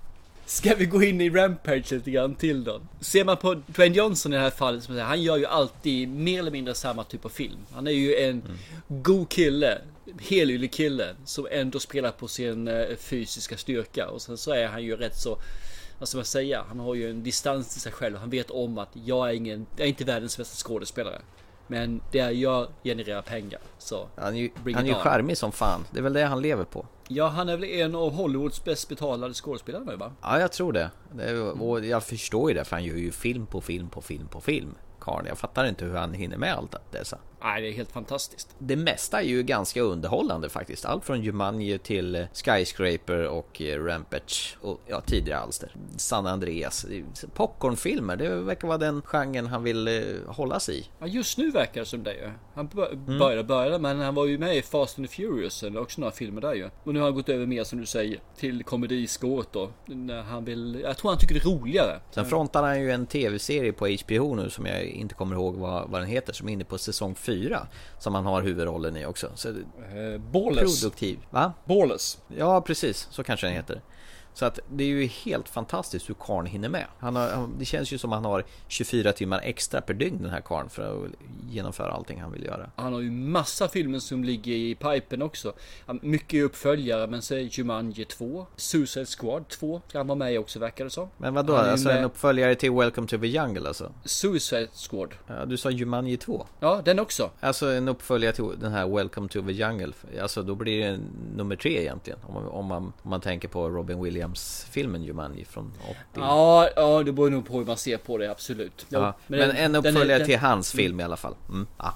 Ska vi gå in i Rampage lite grann till då? Ser man på Dwayne Johnson i det här fallet, som säger, han gör ju alltid mer eller mindre samma typ av film. Han är ju en mm. god kille, helylle kille, som ändå spelar på sin uh, fysiska styrka. Och sen så är han ju rätt så, vad ska man säga, han har ju en distans till sig själv. Han vet om att jag är, ingen, jag är inte världens bästa skådespelare. Men det är jag genererar pengar. Så han är ju, han är ju charmig som fan. Det är väl det han lever på. Ja, han är väl en av Hollywoods bäst betalade skådespelare nu, va? Ja, jag tror det. det är, och jag förstår ju det, för han gör ju film på film på film på film. Karl, jag fattar inte hur han hinner med allt dessa. Nej, det är helt fantastiskt. Det mesta är ju ganska underhållande faktiskt. Allt från Jumanji till Skyscraper och Rampage och ja, tidigare alster. San Andreas. Popcornfilmer, det verkar vara den genren han vill eh, hålla sig i. Ja, just nu verkar det som det ju. Han började mm. började, men han var ju med i Fast and the Furious eller också några filmer där ju. Och nu har han gått över mer, som du säger, till komediskåret då. När han vill, jag tror han tycker det är roligare. Sen frontar han ju en tv-serie på H B O nu som jag inte kommer ihåg vad, vad den heter, som är inne på säsong fyra, som han har huvudrollen i också. Så, eh, Ballers. Produktiv, va? Ballers. Ja, precis, så kanske den heter. Så att det är ju helt fantastiskt hur Karn hinner med. Han har, det känns ju som att han har tjugofyra timmar extra per dygn, den här Karn, för att genomföra allting han vill göra. Han har ju massa filmer som ligger i pipen också. Mycket uppföljare, men säg Jumanji två, Suicide Squad två kan vara med också, verkar det så. Men vadå, alltså med... en uppföljare till Welcome to the Jungle alltså? Suicide Squad. Ja, du sa Jumanji två. Ja, den också. Alltså en uppföljare till den här Welcome to the Jungle. Alltså då blir det nummer tre egentligen, om man, om man, om man tänker på Robin Williams filmen Jumanji från åttio. Ja, ja, det beror nog på hur man ser på det, absolut. Ja, men, men den, en uppföljare den, till den, hans film i alla fall. Mm, ah, mm,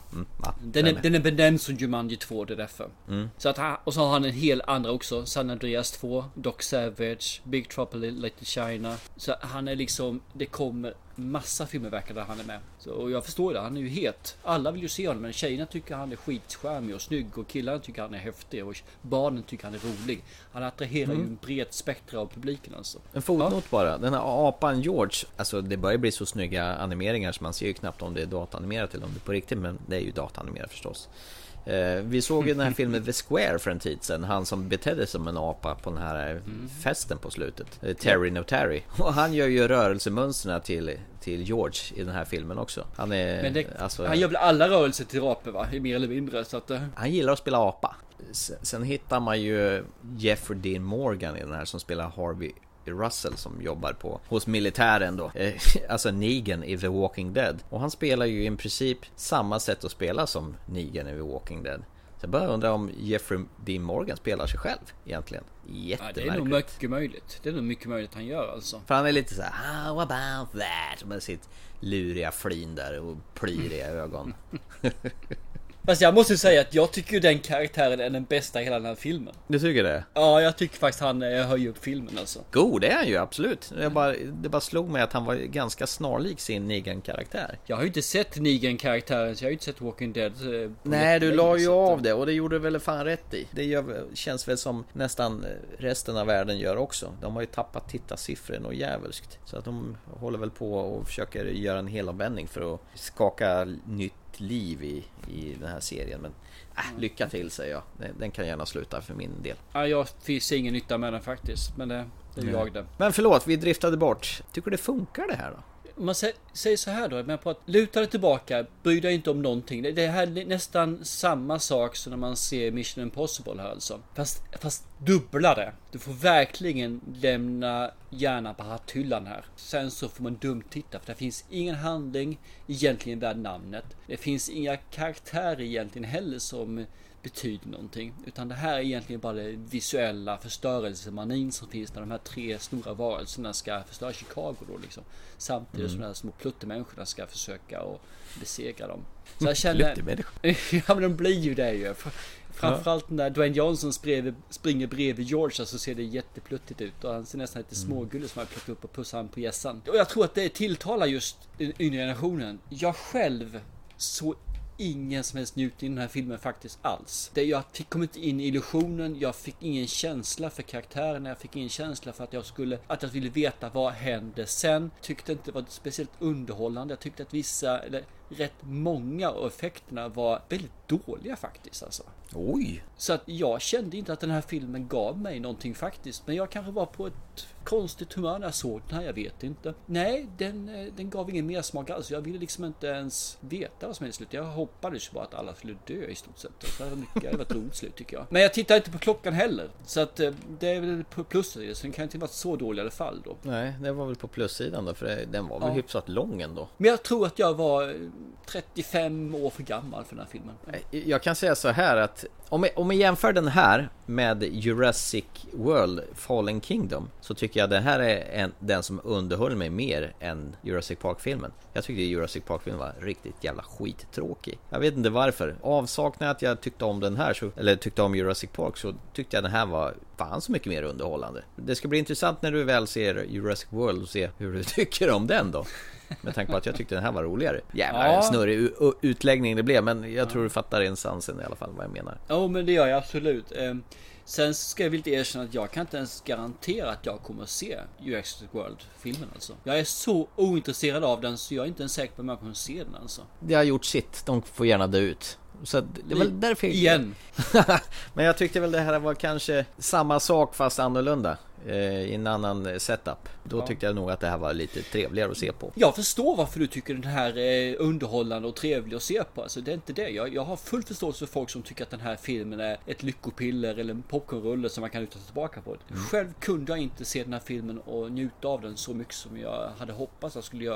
Ja, den, är, den är benämnd som Jumanji två, det är därför. Mm. Så att han, och så har han en hel andra också. San Andreas två, Doc Savage, Big Trouble in Little China. Så han är liksom, det kommer massa filmer verkar där han är med. Så, och jag förstår det, han är ju het. Alla vill ju se honom, men tjejerna tycker han är skitskärmig och snygg. Och killarna tycker han är häftig. Och barnen tycker han är rolig. Han attraherar mm. ju en bred spektra av publiken alltså. En fotnot ja. bara, den här apan George. Alltså det börjar bli så snygga animeringar så man ser ju knappt om det är datanimerat eller om det är på riktigt. Men det är ju datanimerat förstås. Eh, vi såg ju den här filmen The Square för en tid sedan. Han som betedde som en apa på den här mm. festen på slutet, eh, Terry No Terry. Och han gör ju rörelsemönsterna till, till George i den här filmen också. Han är, Men det, alltså, han gör väl alla rörelser till apor va? Mer eller mindre så att, uh... han gillar att spela apa. Sen, sen hittar man ju Jeffrey Dean Morgan i den här som spelar Harvey Russell som jobbar på hos militären då, eh, alltså Negan i The Walking Dead, och han spelar ju i princip samma sätt att spela som Negan i The Walking Dead. Så jag börjar undra om Jeffrey Dean Morgan spelar sig själv egentligen. Jättemärkligt. Ja, det är nog mycket möjligt. Det är nog mycket möjligt han gör alltså. För han är lite så här, how about that, med sitt luriga flin där och plyriga ögon. Fast jag måste säga att jag tycker den karaktären är den bästa i hela den här filmen. Du tycker det? Ja, jag tycker faktiskt han höjer upp filmen alltså. God, det är han ju, absolut. Jag bara, det bara slog mig att han var ganska snarlik sin Negan-karaktär. Jag har ju inte sett Negan-karaktären, så jag har ju inte sett Walking Dead. Nej, du la ju av det och det gjorde du väl fan rätt i. Det gör, känns väl som nästan resten av världen gör också. De har ju tappat tittarsiffror och jävelskt. Så att de håller väl på och försöker göra en helomvändning för att skaka nytt liv i, i den här serien. Men äh, lycka till, säger jag. Den, den kan gärna sluta för min del. Ja, jag ser ingen nytta med den faktiskt. Men det, det är jag det. Men förlåt, vi driftade bort. Tycker det funkar det här då? Om man säger så här då, men på att luta dig tillbaka, bry dig inte om någonting. Det här är nästan samma sak som när man ser Mission Impossible här alltså. Fast, fast dubbla det. Du får verkligen lämna hjärnan på hatthyllan här. Sen så får man dumt titta, för det finns ingen handling egentligen värd namnet. Det finns inga karaktärer egentligen heller som betyder någonting, utan det här är egentligen bara det visuella förstörelsemanin som finns när de här tre stora varelserna ska förstöra Chicago då liksom, samtidigt mm. som de här små pluttemänniskorna ska försöka och besegra dem. Så jag känner, ja men de blir ju det ju. Framförallt när Dwayne Johnson springer, springer bredvid George, så ser det jättepluttigt ut och han ser nästan lite smågullig som har plockat upp och pussar han på gässan. Och jag tror att det tilltalar just den yngre generationen. Jag själv så ingen som helst njutning i den här filmen faktiskt alls. Det, jag fick kom inte in i illusionen, jag fick ingen känsla för karaktärerna, jag fick ingen känsla för att jag skulle, att jag ville veta vad hände sen. Tyckte inte det var speciellt underhållande. Jag tyckte att vissa, eller rätt många av effekterna var väldigt dåliga faktiskt alltså. Oj! Så att jag kände inte att den här filmen gav mig någonting faktiskt. Men jag kanske var på ett konstigt humör när jag såg den här, jag vet inte. Nej, den, den gav ingen mer smak alls. Jag ville liksom inte ens veta vad som hände i slutet. Jag hoppades bara att alla skulle dö i stort sett. Så det var mycket, det var ett roligt slut tycker jag. Men jag tittar inte på klockan heller. Så att det är väl på plussidan. Så den kan inte vara så dålig i alla fall då. Nej, det var väl på plussidan då. För den var väl ja. hyfsat lång ändå. Men jag tror att jag var trettiofem år för gammal för den här filmen. Jag kan säga så här att om jag, om jag jämför den här med Jurassic World Fallen Kingdom, så tycker jag den här är en, den som underhöll mig mer än Jurassic Park-filmen. Jag tyckte Jurassic Park-filmen var riktigt jävla skittråkig. Jag vet inte varför. Avsaknad att jag tyckte om den här, så, eller tyckte om Jurassic Park, så tyckte jag den här var fan så mycket mer underhållande. Det ska bli intressant när du väl ser Jurassic World och se hur du tycker om den då. Med tanke på att jag tyckte den här var roligare. Jävlar, ja. En snurrig utläggning det blev, men jag ja. tror du fattar essensen i alla fall vad jag menar. Ja, oh, men det gör jag absolut. Um, sen ska jag väl inte erkänna att jag kan inte ens garantera att jag kommer att se Jurassic World-filmen alltså. Jag är så ointresserad av den så jag är inte ens säker på om jag kommer att se den alltså. Det har gjort sitt, de får gärna dö ut. Så det är väl därför jag... Igen. Men jag tyckte väl det här var kanske samma sak fast annorlunda eh, i en annan setup. Då ja. tyckte jag nog att det här var lite trevligare att se på. Jag förstår varför du tycker den här är underhållande och trevlig att se på. Alltså det är inte det. Jag, jag har full förståelse för folk som tycker att den här filmen är ett lyckopiller eller en popcornrulle som man kan uta tillbaka på. Mm. Själv kunde jag inte se den här filmen och njuta av den så mycket som jag hade hoppats att jag skulle göra.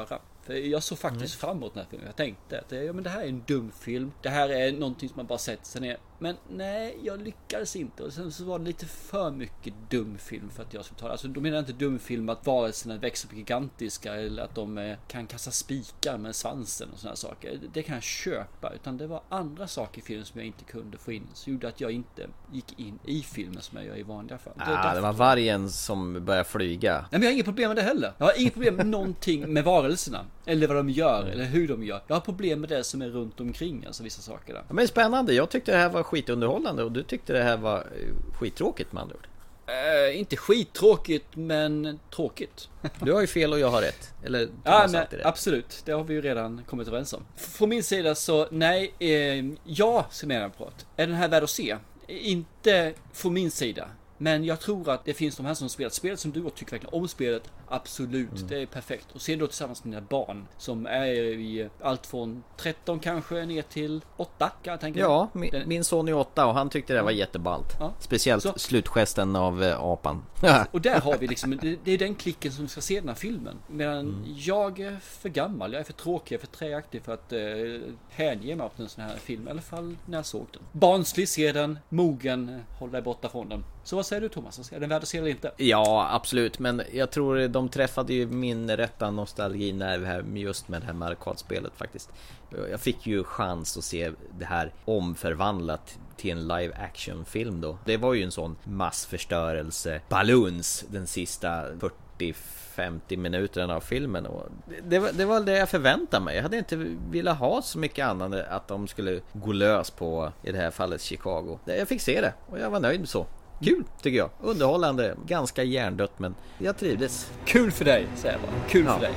För jag såg faktiskt mm. fram emot den här filmen. Jag tänkte att ja, men det här är en dum film. Det här är någonting som man bara sätter sig ner. Men nej, jag lyckades inte. Och sen så var det lite för mycket dum film för att jag skulle ta det. Alltså då menar jag inte dum film att varelserna växer på gigantiska eller att de eh, kan kasta spikar med svansen och sådana saker. Det kan jag köpa. Utan det var andra saker i filmen som jag inte kunde få in. Så gjorde att jag inte gick in i filmen som jag gör i vanliga fall. Ah, det, det var vargen som började flyga. Nej, men jag har inget problem med det heller. Jag har inget problem med någonting med varelserna. Eller vad de gör, eller hur de gör. Jag har problem med det som är runt omkring, alltså vissa saker där. Ja, men spännande, jag tyckte det här var skitunderhållande och du tyckte det här var skittråkigt med andra ord. Uh, inte skittråkigt, men tråkigt. Du har ju fel och jag har rätt. Eller ja, men, absolut, det har vi ju redan kommit överens om. Från min sida så, nej, eh, jag som menar på att är den här värd att se? Inte från min sida. Men jag tror att det finns de här som spelat spelet som du och tycker verkligen om spelet. Absolut, mm. det är perfekt. Och se då tillsammans med dina barn som är i allt från tretton kanske ner till åtta kan jag tänka. Ja, min, den... min son är åtta och han tyckte det var jätteballt. Ja. Speciellt så... slutgesten av äh, apan. Och där har vi liksom, det, det är den klicken som ska se den här filmen. Medan mm. jag är för gammal, jag är för tråkig, jag är för träaktig för att äh, hänge mig åt en sån här film. I alla fall när jag såg den. Barnslig ser den, mogen håller dig borta från den. Så vad säger du Thomas? Är den värd att se eller inte? Ja, absolut. Men jag tror de träffade ju min rätta nostalginerv här just med det här arkadspelet faktiskt. Jag fick ju chans att se det här omförvandlat till en live action film då. Det var ju en sån massförstörelse. Balloons den sista fyrtio femtio minuterna av filmen och det var, det var det jag förväntade mig. Jag hade inte velat ha så mycket annat att de skulle gå lös på, i det här fallet, Chicago. Jag fick se det och jag var nöjd med så. Kul tycker jag, underhållande, ganska hjärndött, men jag trivdes. Kul för dig, säger jag bara. Kul ja. för dig.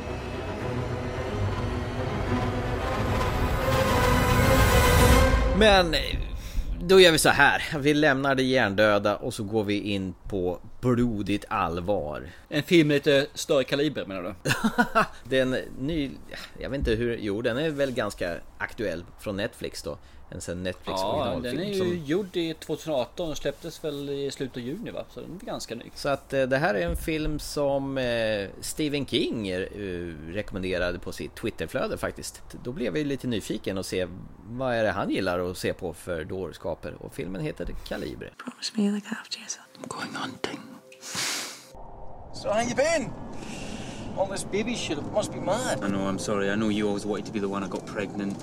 Men då gör vi så här. Vi lämnar det hjärndöda och så går vi in på blodigt allvar. En film lite större kaliber menar du? Den ny, jag vet inte hur, jo den är väl ganska aktuell från Netflix då. En sån Netflix ja, den är ju som... gjord i tjugoarton och släpptes väl i slutet av juni va? Så den är ganska ny. Så att eh, det här är en film som eh, Stephen King eh, rekommenderade på sitt Twitterflöde faktiskt. Då blev jag lite nyfiken och se vad är det han gillar att se på för dårskaper. Och filmen heter Kaliber. Promise me you look after yourself. I'm going hunting. So how you been? All this baby shit, it must be mad. I know, I'm sorry. I know you always wanted to be the one I got pregnant.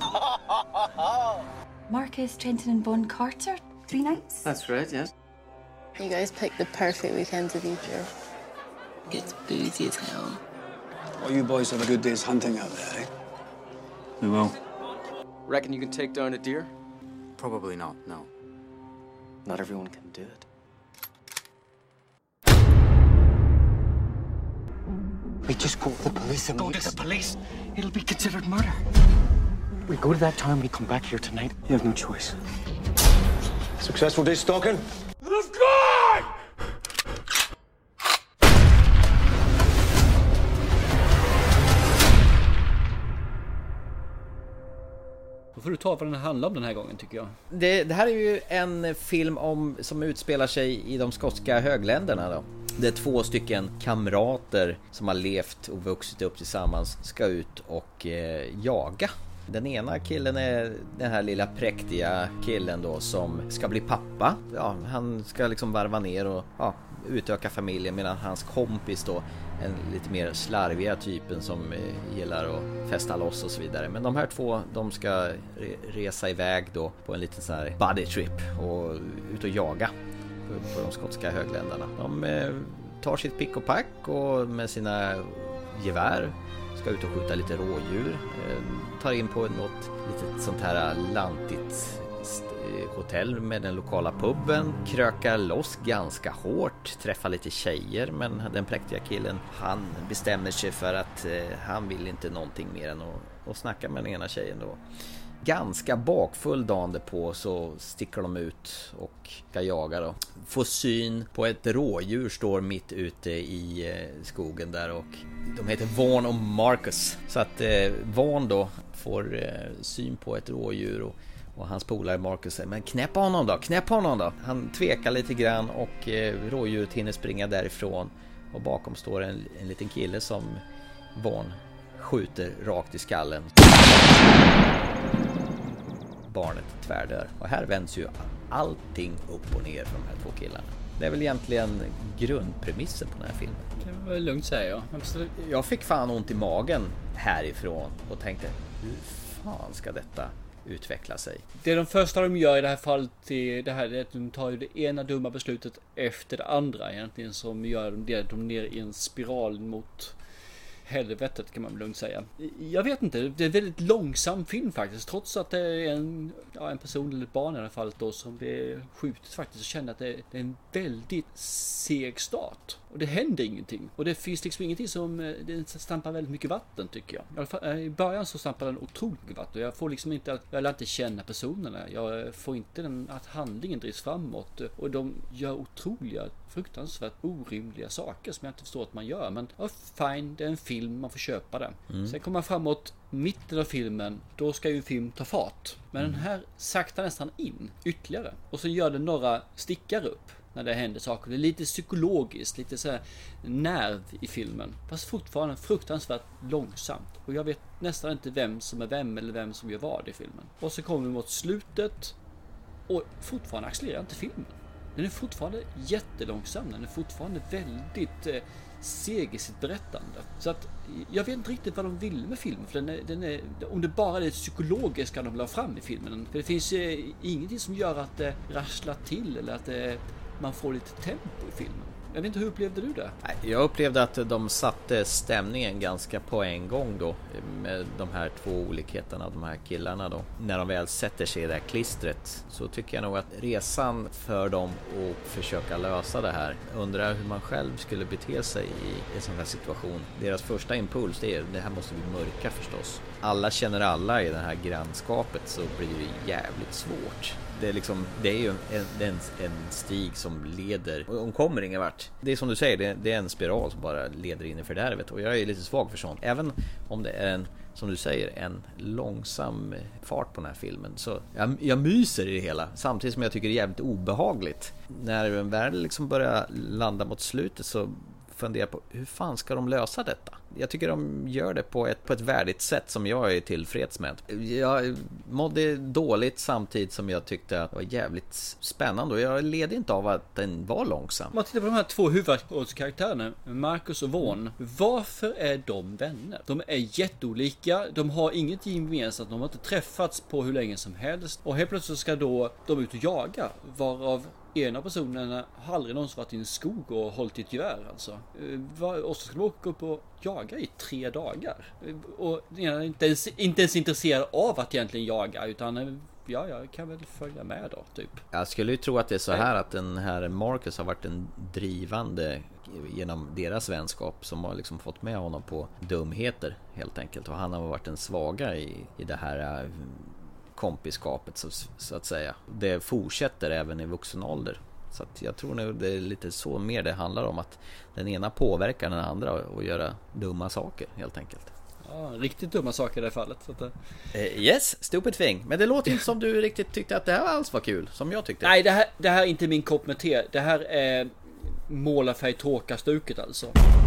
Marcus, Trenton and Bond Carter. Three nights? That's right, yes. You guys picked the perfect weekend to be here. It's boozy as hell. Well, you boys have a good day's hunting out there, eh? We will. Reckon you can take down a deer? Probably not, no. Not everyone can do it. We just go to the police and Go to the police? It'll be considered murder. We go to that town, we come back here tonight. You have no choice. Successful day stalking? Let's go! Då får du ta vad den handlar om den här gången tycker jag. Det, det här är ju en film om, som utspelar sig i de skotska högländerna då. Det är två stycken kamrater som har levt och vuxit upp tillsammans ska ut och eh, jaga. Den ena killen är den här lilla präktiga killen då som ska bli pappa. Ja, han ska liksom varva ner och ja, utöka familjen, medan hans kompis då, en lite mer slarviga typen som eh, gillar att festa loss och så vidare. Men de här två, de ska re- resa iväg då på en liten sån här buddy trip och ut och jaga på de skotska högländerna. De eh, tar sitt pick och pack och med sina gevär ska ut och skjuta lite rådjur. Eh, tar in på något litet sånt här lantigt hotell med den lokala pubben. Krökar loss ganska hårt. Träffar lite tjejer, men den präktiga killen, han bestämmer sig för att eh, han vill inte någonting mer än att, att snacka med den ena tjejen då. Ganska bakfull dagen på så sticker de ut och ska jaga då. Får syn på ett rådjur, står mitt ute i eh, skogen där, och de heter Vaughn och Marcus. Så att eh, Vaughn då får eh, syn på ett rådjur och, och hans polare Marcus säger, men knäpp honom då, knäpp honom då. Han tvekar lite grann och eh, rådjuret hinner springa därifrån, och bakom står en, en liten kille som Vaughn skjuter rakt i skallen. Barnet tvärdör. Och här vänds ju allting upp och ner för de här två killarna. Det är väl egentligen grundpremissen på den här filmen. Det var lugnt säger jag. Absolut. Jag fick fan ont i magen härifrån och tänkte, hur fan ska detta utveckla sig? Det de första de gör i det här fallet är det här är att de tar ju det ena dumma beslutet efter det andra egentligen, som gör dem, det, de ner i en spiral mot helvetet, kan man väl lugnt säga. Jag vet inte, det är en väldigt långsam film faktiskt, trots att det är en, ja, en person eller ett barn i alla fall då som blir skjutet faktiskt, och känner att det är, det är en väldigt seg start. Och det händer ingenting. Och det finns liksom ingenting som, det stampar väldigt mycket vatten tycker jag. I alla fall, i början så stampar den otroligt mycket vatten. Jag får liksom inte, jag lär inte känna personerna. Jag får inte den, att handlingen drivs framåt. Och de gör otroliga, fruktansvärt orimliga saker som jag inte förstår att man gör. Men ja, fine, det är en film, man får köpa det. Mm. Sen kommer man framåt mitten av filmen, då ska ju en film ta fart. Men mm. den här saktar nästan in ytterligare. Och så gör den några stickar upp när det händer saker. Det är lite psykologiskt, lite så här nerv i filmen. Fast fortfarande fruktansvärt långsamt. Och jag vet nästan inte vem som är vem eller vem som gör vad i filmen. Och så kommer vi mot slutet och fortfarande accelererar inte filmen. Den är fortfarande jättelångsam. Den är fortfarande väldigt eh, seg i sitt berättande. Så att jag vet inte riktigt vad de vill med filmen. För den är, den är, om det bara är det psykologiska de vill ha fram i filmen. För det finns eh, ingenting som gör att det rasslar till eller att det, man får lite tempo i filmen. Jag vet inte, hur upplevde du det? Jag upplevde att de satte stämningen ganska på en gång då, med de här två olikheterna, de här killarna då. När de väl sätter sig i det här klistret så tycker jag nog att resan för dem att försöka lösa det här, undrar hur man själv skulle bete sig i en sån här situation. Deras första impuls är, det här måste vi mörka förstås. Alla känner alla i det här grannskapet, så blir det jävligt svårt. Det är, liksom, det är ju en, en, en stig som leder och hon kommer ingen vart. Det är som du säger, det, det är en spiral som bara leder in i fördärvet. Och jag är lite svag för sånt. Även om det är en, som du säger, en långsam fart på den här filmen, så jag, jag myser i det hela. Samtidigt som jag tycker det är jävligt obehagligt. När en värld liksom börjar landa mot slutet, så funderar på hur fan ska de lösa detta? Jag tycker de gör det på ett, på ett värdigt sätt som jag är tillfreds med. Jag mådde dåligt samtidigt som jag tyckte att det var jävligt spännande, och jag led inte av att den var långsam. Om man tittar på de här två huvudkaraktärerna, Marcus och Vaughn, varför är de vänner? De är jätteolika, de har inget gemensamt, de har inte träffats på hur länge som helst, och helt plötsligt ska då de ut och jaga, varav en av personerna har aldrig någonsin varit i en skog och hållit i ett gevär alltså. Och så ska de åka upp och jaga i tre dagar. Och inte ens, inte ens intresserad av att egentligen jaga, utan ja, jag kan väl följa med då, typ. Jag skulle ju tro att det är så här att den här Marcus har varit en drivande genom deras vänskap, som har liksom fått med honom på dumheter helt enkelt. Och han har varit en svaga i, i det här kompiskapet, så, så att säga. Det fortsätter även i vuxen ålder. Så att jag tror nog det är lite så mer det handlar om, att den ena påverkar den andra och göra dumma saker helt enkelt. Ja, riktigt dumma saker i det här fallet. Så att, uh... Yes, stupid thing. Men det låter inte som du riktigt tyckte att det här alls var kul, som jag tyckte. Nej, det här, det här är inte min kopp med te. Det här är målarfärg tårkastuket alltså.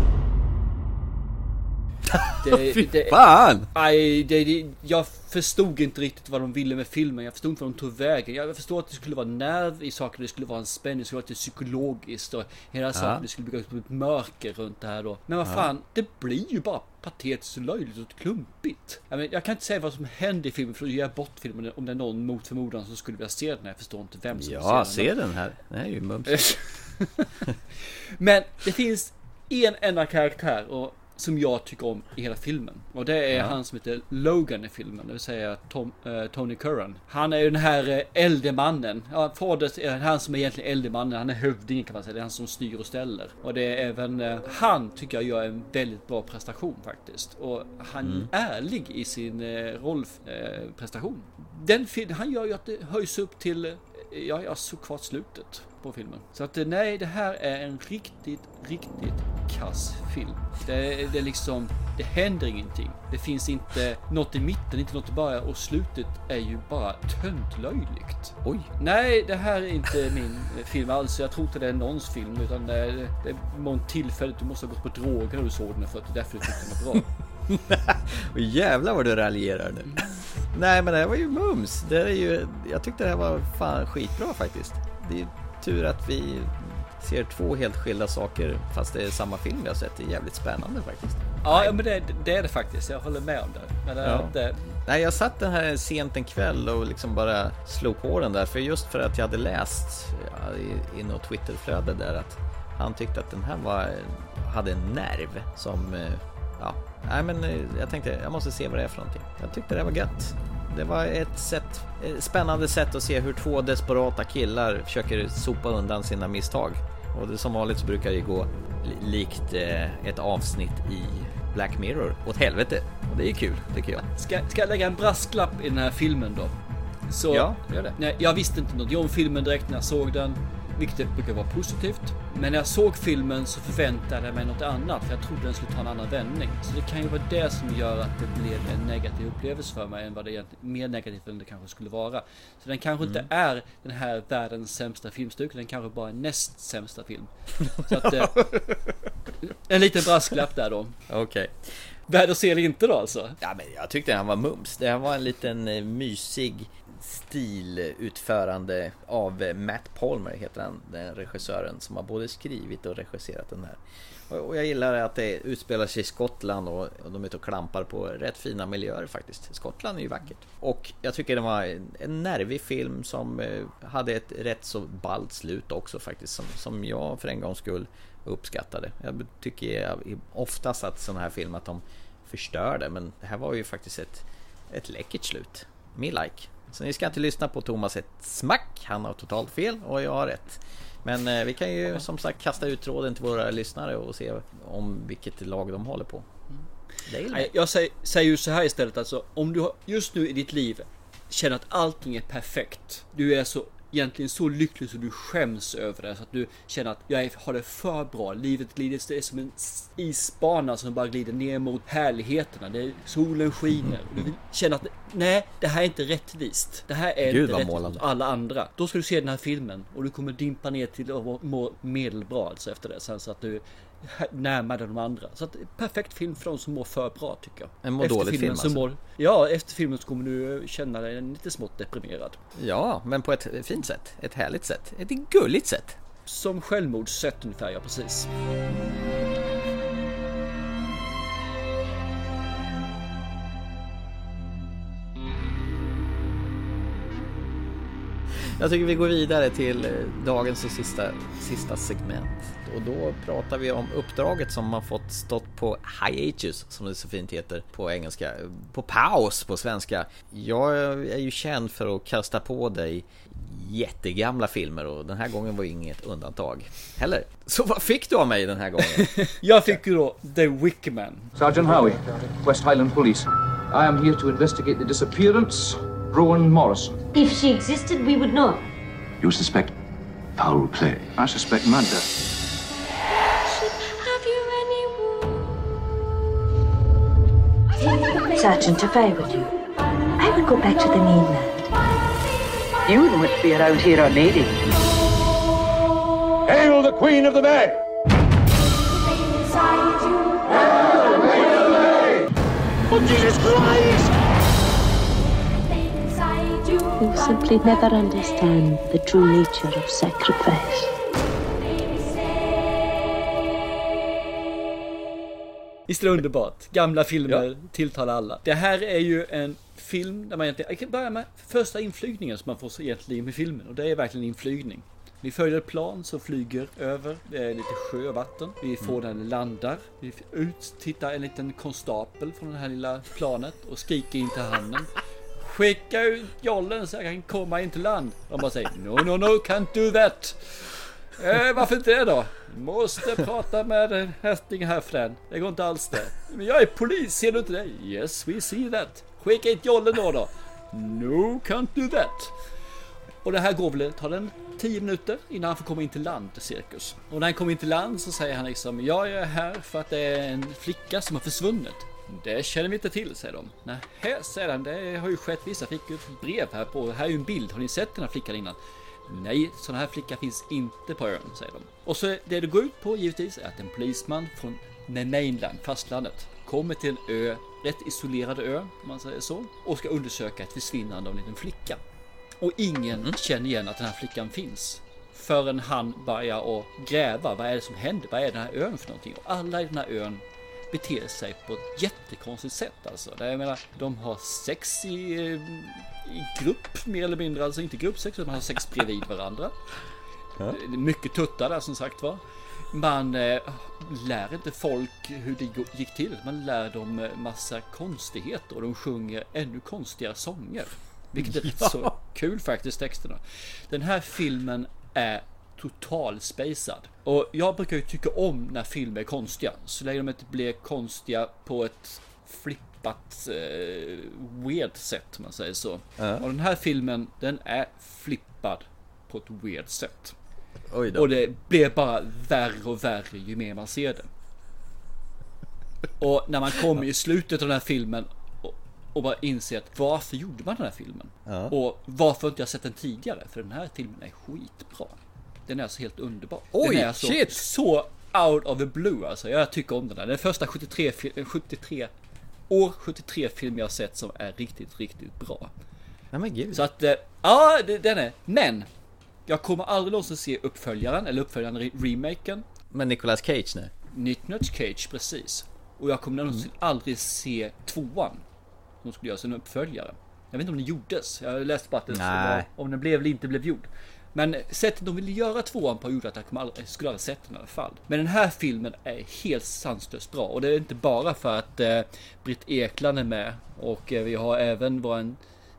Det, Fy det, fan! Nej, det, det, jag förstod inte riktigt vad de ville med filmen. Jag förstod inte vad de tog vägen. Jag förstod att det skulle vara nerv i saker, det skulle vara en spänning, det skulle vara lite psykologiskt och hela ja. saken, det skulle byggas upp ett mörker runt det här då. Men vad fan, ja. det blir ju bara patetiskt och löjligt och klumpigt. Jag, men, jag kan inte säga vad som händer i filmen, för att ge bort filmen om det är någon mot förmodan som skulle vilja se den här. Jag förstår inte vem som ja, ser den. Ja, se den här. Det är ju mums. Men det finns en enda karaktär och som jag tycker om i hela filmen. Och det är ja. han som heter Logan i filmen. Det vill säga Tom, äh, Tony Curran. Han är ju den här äh, äldemannen. Ja, Forders är han som är egentligen äldemannen. Han är hövdingen kan man säga. Det är han som styr och ställer. Och det är även äh, han tycker jag gör en väldigt bra prestation faktiskt. Och han mm. är ärlig i sin äh, rollprestation. Äh, Den han gör ju att det höjs upp till äh, ja, jag såg kvart slutet på filmen. Så att nej, det här är en riktigt, riktigt kass film. Det, det är liksom, det händer ingenting. Det finns inte något i mitten, inte något i början, och slutet är ju bara töntlöjligt. Oj. Nej, det här är inte min film alls. Jag tror inte det är någons film, utan det är, det är någon tillfälligt du måste ha gått på droger när du såg den, för att det är därför du tyckte den var bra. Och jävlar vad du raljerar nu. Nej, men det här var ju mums. Det är ju, jag tyckte det här var fan skitbra faktiskt. Det är ju tur att vi ser två helt skilda saker fast det är samma film vi har sett. Det är jävligt spännande faktiskt. Ja, men det, det är det faktiskt. Jag håller med om det. Men det, ja. det... Nej, jag satt den här sent en kväll och liksom bara slog på den där. För just för att jag hade läst ja, i, i något Twitterflöde där att han tyckte att den här var, hade en nerv som... Ja, nej, men jag tänkte jag måste se vad det är för någonting. Jag tyckte det var gött. Det var ett sätt, ett spännande sätt att se hur två desperata killar försöker sopa undan sina misstag. Och det, som vanligt så brukar det gå likt eh, ett avsnitt i Black Mirror åt helvete. Och det är kul, tycker jag. Ska, ska jag lägga en brasklapp i den här filmen då? Så, ja, gör det. Nej, jag visste inte något om filmen direkt när jag såg den, vilket brukar vara positivt. Men när jag såg filmen så förväntade jag mig något annat, för jag trodde den skulle ta en annan vändning. Så det kan ju vara det som gör att det blev en negativ upplevelse för mig än vad det egentligen mer negativt än det kanske skulle vara. Så den kanske mm. inte är den här världens sämsta filmstycke, den kanske bara är näst sämsta film. Så att, eh, en liten brasklapp där då. Okej. Okay. Värd att se eller inte då alltså? Ja, men jag tyckte han var mums. Det här var en liten eh, mysig stilutförande av Matt Palmer, heter han, den regissören som har både skrivit och regisserat den här. Och jag gillar att det utspelar sig i Skottland och de är ute och klampar på rätt fina miljöer faktiskt. Skottland är ju vackert. Och jag tycker det var en nervig film som hade ett rätt så ballt slut också faktiskt, som, som jag för en gångs skull uppskattade. Jag tycker oftast att sådana här filmer att de förstör det, men det här var ju faktiskt ett, ett läckert slut. Me like. Så ni ska inte lyssna på Thomas ett smack. Han har totalt fel och jag har rätt. Men eh, vi kan ju som sagt kasta ut tråden till våra lyssnare och se om vilket lag de håller på. Nej, jag säger, säger ju så här istället, alltså, om du just nu i ditt liv känner att allting är perfekt, du är så egentligen så lycklig så du skäms över det, så att du känner att jag har det för bra, livet glider, det är som en isbana som bara glider ner mot härligheterna, det är, solen skiner och du känner att nej, det här är inte rättvist, det här är Gud, inte rättvist mot alla andra. Då ska du se den här filmen och du kommer dimpa ner till att må medelbra alltså efter det, sen så att du närmare de andra. Så att perfekt film för de som mår för bra, tycker jag. En mår dåligt film alltså. mår, Ja, efter filmen så kommer du känna dig lite smått deprimerad. Ja, men på ett fint sätt. Ett härligt sätt. Ett gulligt sätt. Som självmordssätt ungefär, ja precis. Jag tycker vi går vidare till dagens och sista, sista segment. Och då pratar vi om uppdraget som man fått stått på hiatus, som det så fint heter på engelska. På paus på svenska. Jag är ju känd för att kasta på dig jättegamla filmer och den här gången var ju inget undantag heller. Så vad fick du av mig den här gången? Jag fick ju då The Wickerman. Sergeant Howie, West Highland Police. I am here to investigate the disappearance Rowan Morrison. If she existed, we would know. You suspect foul play? I suspect murder. Have you any... Sergeant, if I were you, I would go back to the mainland. You wouldn't be around here on lady. Hail the Queen of the May! Oh, Jesus Christ! You simply never understand the true nature of sacrifice. Visst är det underbart? Gamla filmer ja. tilltalar alla. Det här är ju en film där man egentligen... Jag kan börja med första inflygningen som man får egentligen med filmen. Och det är verkligen en inflygning. Vi följer ett plan som flyger över. Det är lite sjö och vatten. Vi får mm. den landar. Vi ut, tittar en liten konstapel från det här lilla planet och skriker in till handen. Skicka ut jollen så jag kan komma in till land. De bara säger, no, no, no, can't do that. Eh, varför inte det då? Måste prata med hästingen här för den. Det går inte alls det. Men jag är polis, ser du inte det? Yes, we see that. Skicka ut jollen då då. No, can't do that. Och det här går väl, tar den tio minuter innan han får komma in till land, cirkus. Och när han kommer in till land så säger han liksom, jag är här för att det är en flicka som har försvunnit. Det känner vi inte till, säger de. Nej, här säger han, det har ju skett, vissa fick ett brev här på, här är ju en bild, har ni sett den här flickan innan? Nej, sån här flicka finns inte på ön, säger de. Och så det det går ut på givetvis är att en polisman från mainland, fastlandet, kommer till en ö, rätt isolerad ö om man säger så, och ska undersöka ett försvinnande av en liten flicka. Och ingen mm. känner igen att den här flickan finns förrän han börjar och gräva. Vad är det som händer? Vad är den här ön för någonting? Och alla i den här ön beter sig på ett jättekonstigt sätt alltså. Där jag menar, de har sex i, i grupp mer eller mindre, alltså inte gruppsex, utan man har sex bredvid varandra. Ja. Mycket tuttar där som sagt var. Man eh, lär inte folk hur det gick till. Man lär dem massa konstigheter och de sjunger ännu konstigare sånger. Vilket är rätt ja. så kul faktiskt, texterna. Den här filmen är total spacad. Och jag brukar ju tycka om när filmer är konstiga. Så länge de inte blir konstiga på ett flippat eh, weird sätt, om man säger så. Ja. Och den här filmen, den är flippad på ett weird sätt. Oj då. Och det blir bara värre och värre ju mer man ser det. Och när man kommer i slutet av den här filmen och, och bara inser att varför gjorde man den här filmen? Ja. Och varför inte jag sett den tidigare? För den här filmen är skitbra. Den är alltså helt underbar. Oj, den är alltså shit! Så out of the blue alltså. Jag tycker om den här. Den första sjuttiotre, sjuttiotre år sjuttiotre film jag har sett som är riktigt, riktigt bra. Ja, men gud. Så att, ja, den är. Men jag kommer aldrig någonsin se uppföljaren eller uppföljaren remaken. Men Nicolas Cage nu. Nicolas Cage, precis. Och jag kommer någonsin mm. aldrig se tvåan som skulle göra sin uppföljare. Jag vet inte om den gjordes. Jag läste bara att den var, om den blev eller inte blev gjord. Men sättet de ville göra tvåan på gjorde att jag, aldrig, jag skulle aldrig sett den i alla fall. Men den här filmen är helt sanslöst bra. Och det är inte bara för att eh, Britt Ekland är med. Och eh, vi har även vår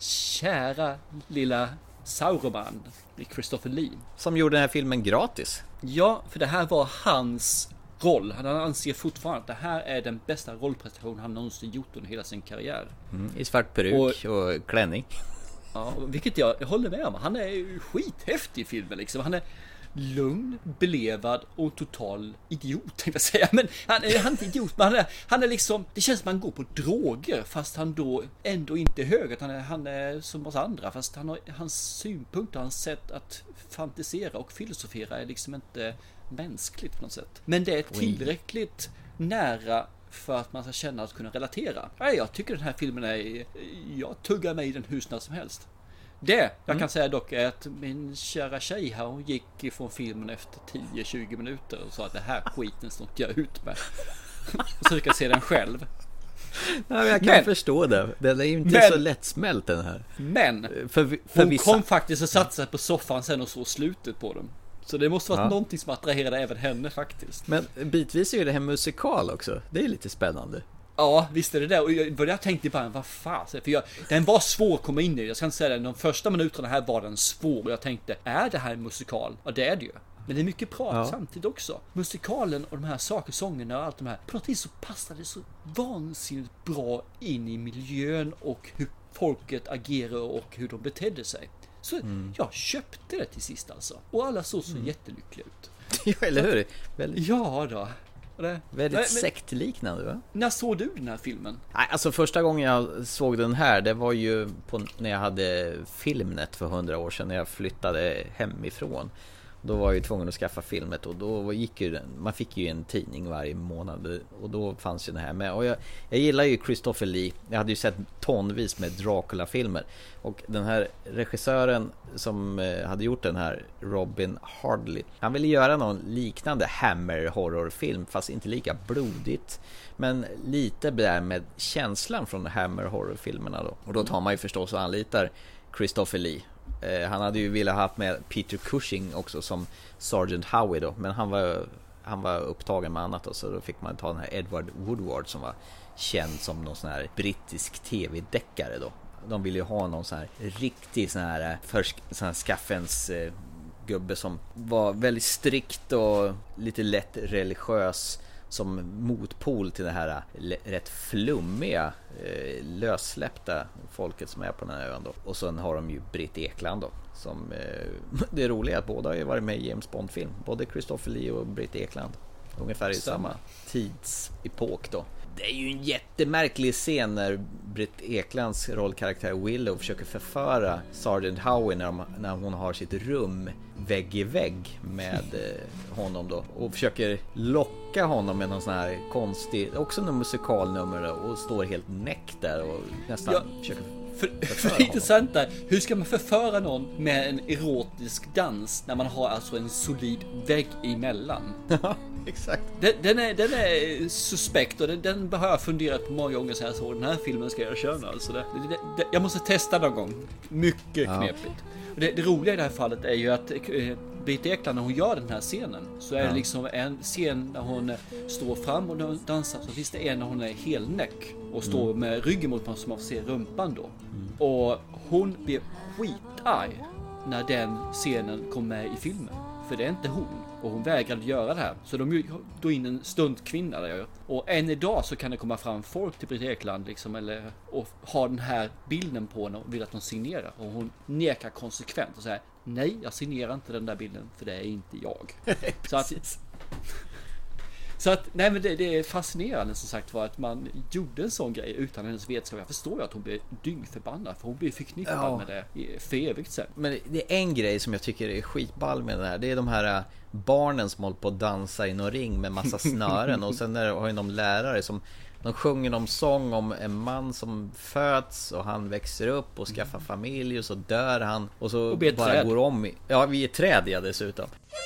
kära lilla Sauroman, Christopher Lee. Som gjorde den här filmen gratis. Ja, för det här var hans roll. Han anser fortfarande att det här är den bästa rollprestation han någonsin gjort under hela sin karriär. Mm, i svart peruk och, och klänning. Ja, vilket jag, jag håller med om. Han är ju skithäftig i filmen liksom. Han är lugn, belevad och total idiot, tänkte jag säga. Men han är, han är inte idiot, men han är, han är liksom, det känns som att han går på droger fast han då ändå inte är hög. Han är, han är som oss andra, fast han har, hans synpunkter, hans sätt att fantisera och filosofera är liksom inte mänskligt på något sätt. Men det är tillräckligt nära för att man ska känna att kunna relatera. Ja, jag tycker den här filmen är, jag tuggar mig i den hur snabbt som helst. Det jag mm. kan säga dock är att min kära tjej här, hon gick ifrån filmen efter tio till tjugo minuter och sa att det här skiten står inte jag ut med. Så du kan se den själv. Ja, jag kan men, förstå det. Den är ju inte men, så lättsmält den här. Men för, för hon vissa. kom faktiskt att satsa på soffan sen och så slutet på dem. Så det måste vara ja. någonting som attraherade även henne faktiskt. Men bitvis är ju det här musikal också. Det är lite spännande. Ja, visst är det där. Och jag, jag tänkte bara, vad fan. För jag, den var svår att komma in i. Jag ska inte säga det. De första minuterna här var den svår. Och jag tänkte, är det här en musikal? Ja, det är det ju. Men det är mycket prat ja. samtidigt också. Musikalen och de här saker, sångerna och allt de här. På något vis så passar det så vansinnigt bra in i miljön och hur folket agerar och hur de betedde sig. Så mm. jag köpte det till sist alltså. Och alla såg så mm. jättelyckliga ut. Ja, eller hur? Väldigt... Ja då. Det... Väldigt Nej, men... sektliknande, va? När såg du den här filmen? Nej, alltså första gången jag såg den här, det var ju på, när jag hade Filmnet för hundra år sedan, när jag flyttade hemifrån. Då var jag ju tvungen att skaffa Filmnet och då gick ju den, man fick ju en tidning varje månad och då fanns ju den här med. Och jag, jag gillar ju Christopher Lee. Jag hade ju sett tonvis med Dracula-filmer. Och den här regissören som hade gjort den här, Robin Hardley, han ville göra någon liknande Hammer-horrorfilm, fast inte lika blodigt, men lite där med känslan från Hammer-horrorfilmerna då. Och då tar man ju förstås och anlitar Christopher Lee. Eh, han hade ju velat ha med Peter Cushing också som Sergeant Howie då, men han var, han var upptagen med annat då, så då fick man ta den här Edward Woodward som var känd som någon sån här brittisk tv-deckare då. De ville ju ha någon sån här riktig sån här, först, sån här skaffens eh, gubbe som var väldigt strikt och lite lätt religiös, som motpol till det här rätt flummiga, eh, lössläppta folket som är på den här ön då. Och sen har de ju Britt Ekland då, som eh, det är roligt att båda har ju varit med i James Bond-film, både Christopher Lee och Britt Ekland, ungefär i samma tidsepok då. Det är ju en jättemärklig scen när Britt Eklands rollkaraktär Willow försöker förföra Sergeant Howie när, de, när hon har sitt rum vägg i vägg med eh, honom då, och försöker locka honom med någon sån här konstig, också någon musikalnummer då, och står helt näck där och nästan ja, försöker för, för det intressanta, hur ska man förföra någon med en erotisk dans när man har alltså en solid vägg emellan? Ja, exakt. Den, den, är, den är suspekt och den, den har jag funderat på många gånger så här, så den här filmen ska jag köra. Alltså det, det, det, jag måste testa någon gång. Mycket knepligt. Ja. Och det, det roliga i det här fallet är ju att eh, Britt Ekland, när hon gör den här scenen, så är det ja. liksom en scen där hon står fram och dansar, så finns det en när hon är helnäck och står mm. med ryggen mot man, så man får se rumpan då. Mm. Och hon blir skitarg när den scenen kom med i filmen. För det är inte hon. Och hon vägrade göra det här. Så de tog in en stuntkvinna där. Och än idag så kan det komma fram folk till Britt Ekland liksom, eller, och ha den här bilden på henne och vill att de signerar. Och hon nekar konsekvent och säger: nej, jag signerar inte den där bilden, för det är inte jag. Så att, så att nej, men det, det är fascinerande som sagt var att man gjorde en sån grej utan hennes vetskap. Jag förstår ju att hon blir dyngförbannad, för hon blir förknippad ja. med det för evigt sen. Men det är en grej som jag tycker är skitball med det här. Det är de här barnen som håller på att dansa i någon ring med massa snören. Och sen är, har ju de lärare som de sjunger någon sång om en man som föds och han växer upp och skaffar familj och så dör han och så och bara träd. går om i, ja, vi är träd ja, dessutom.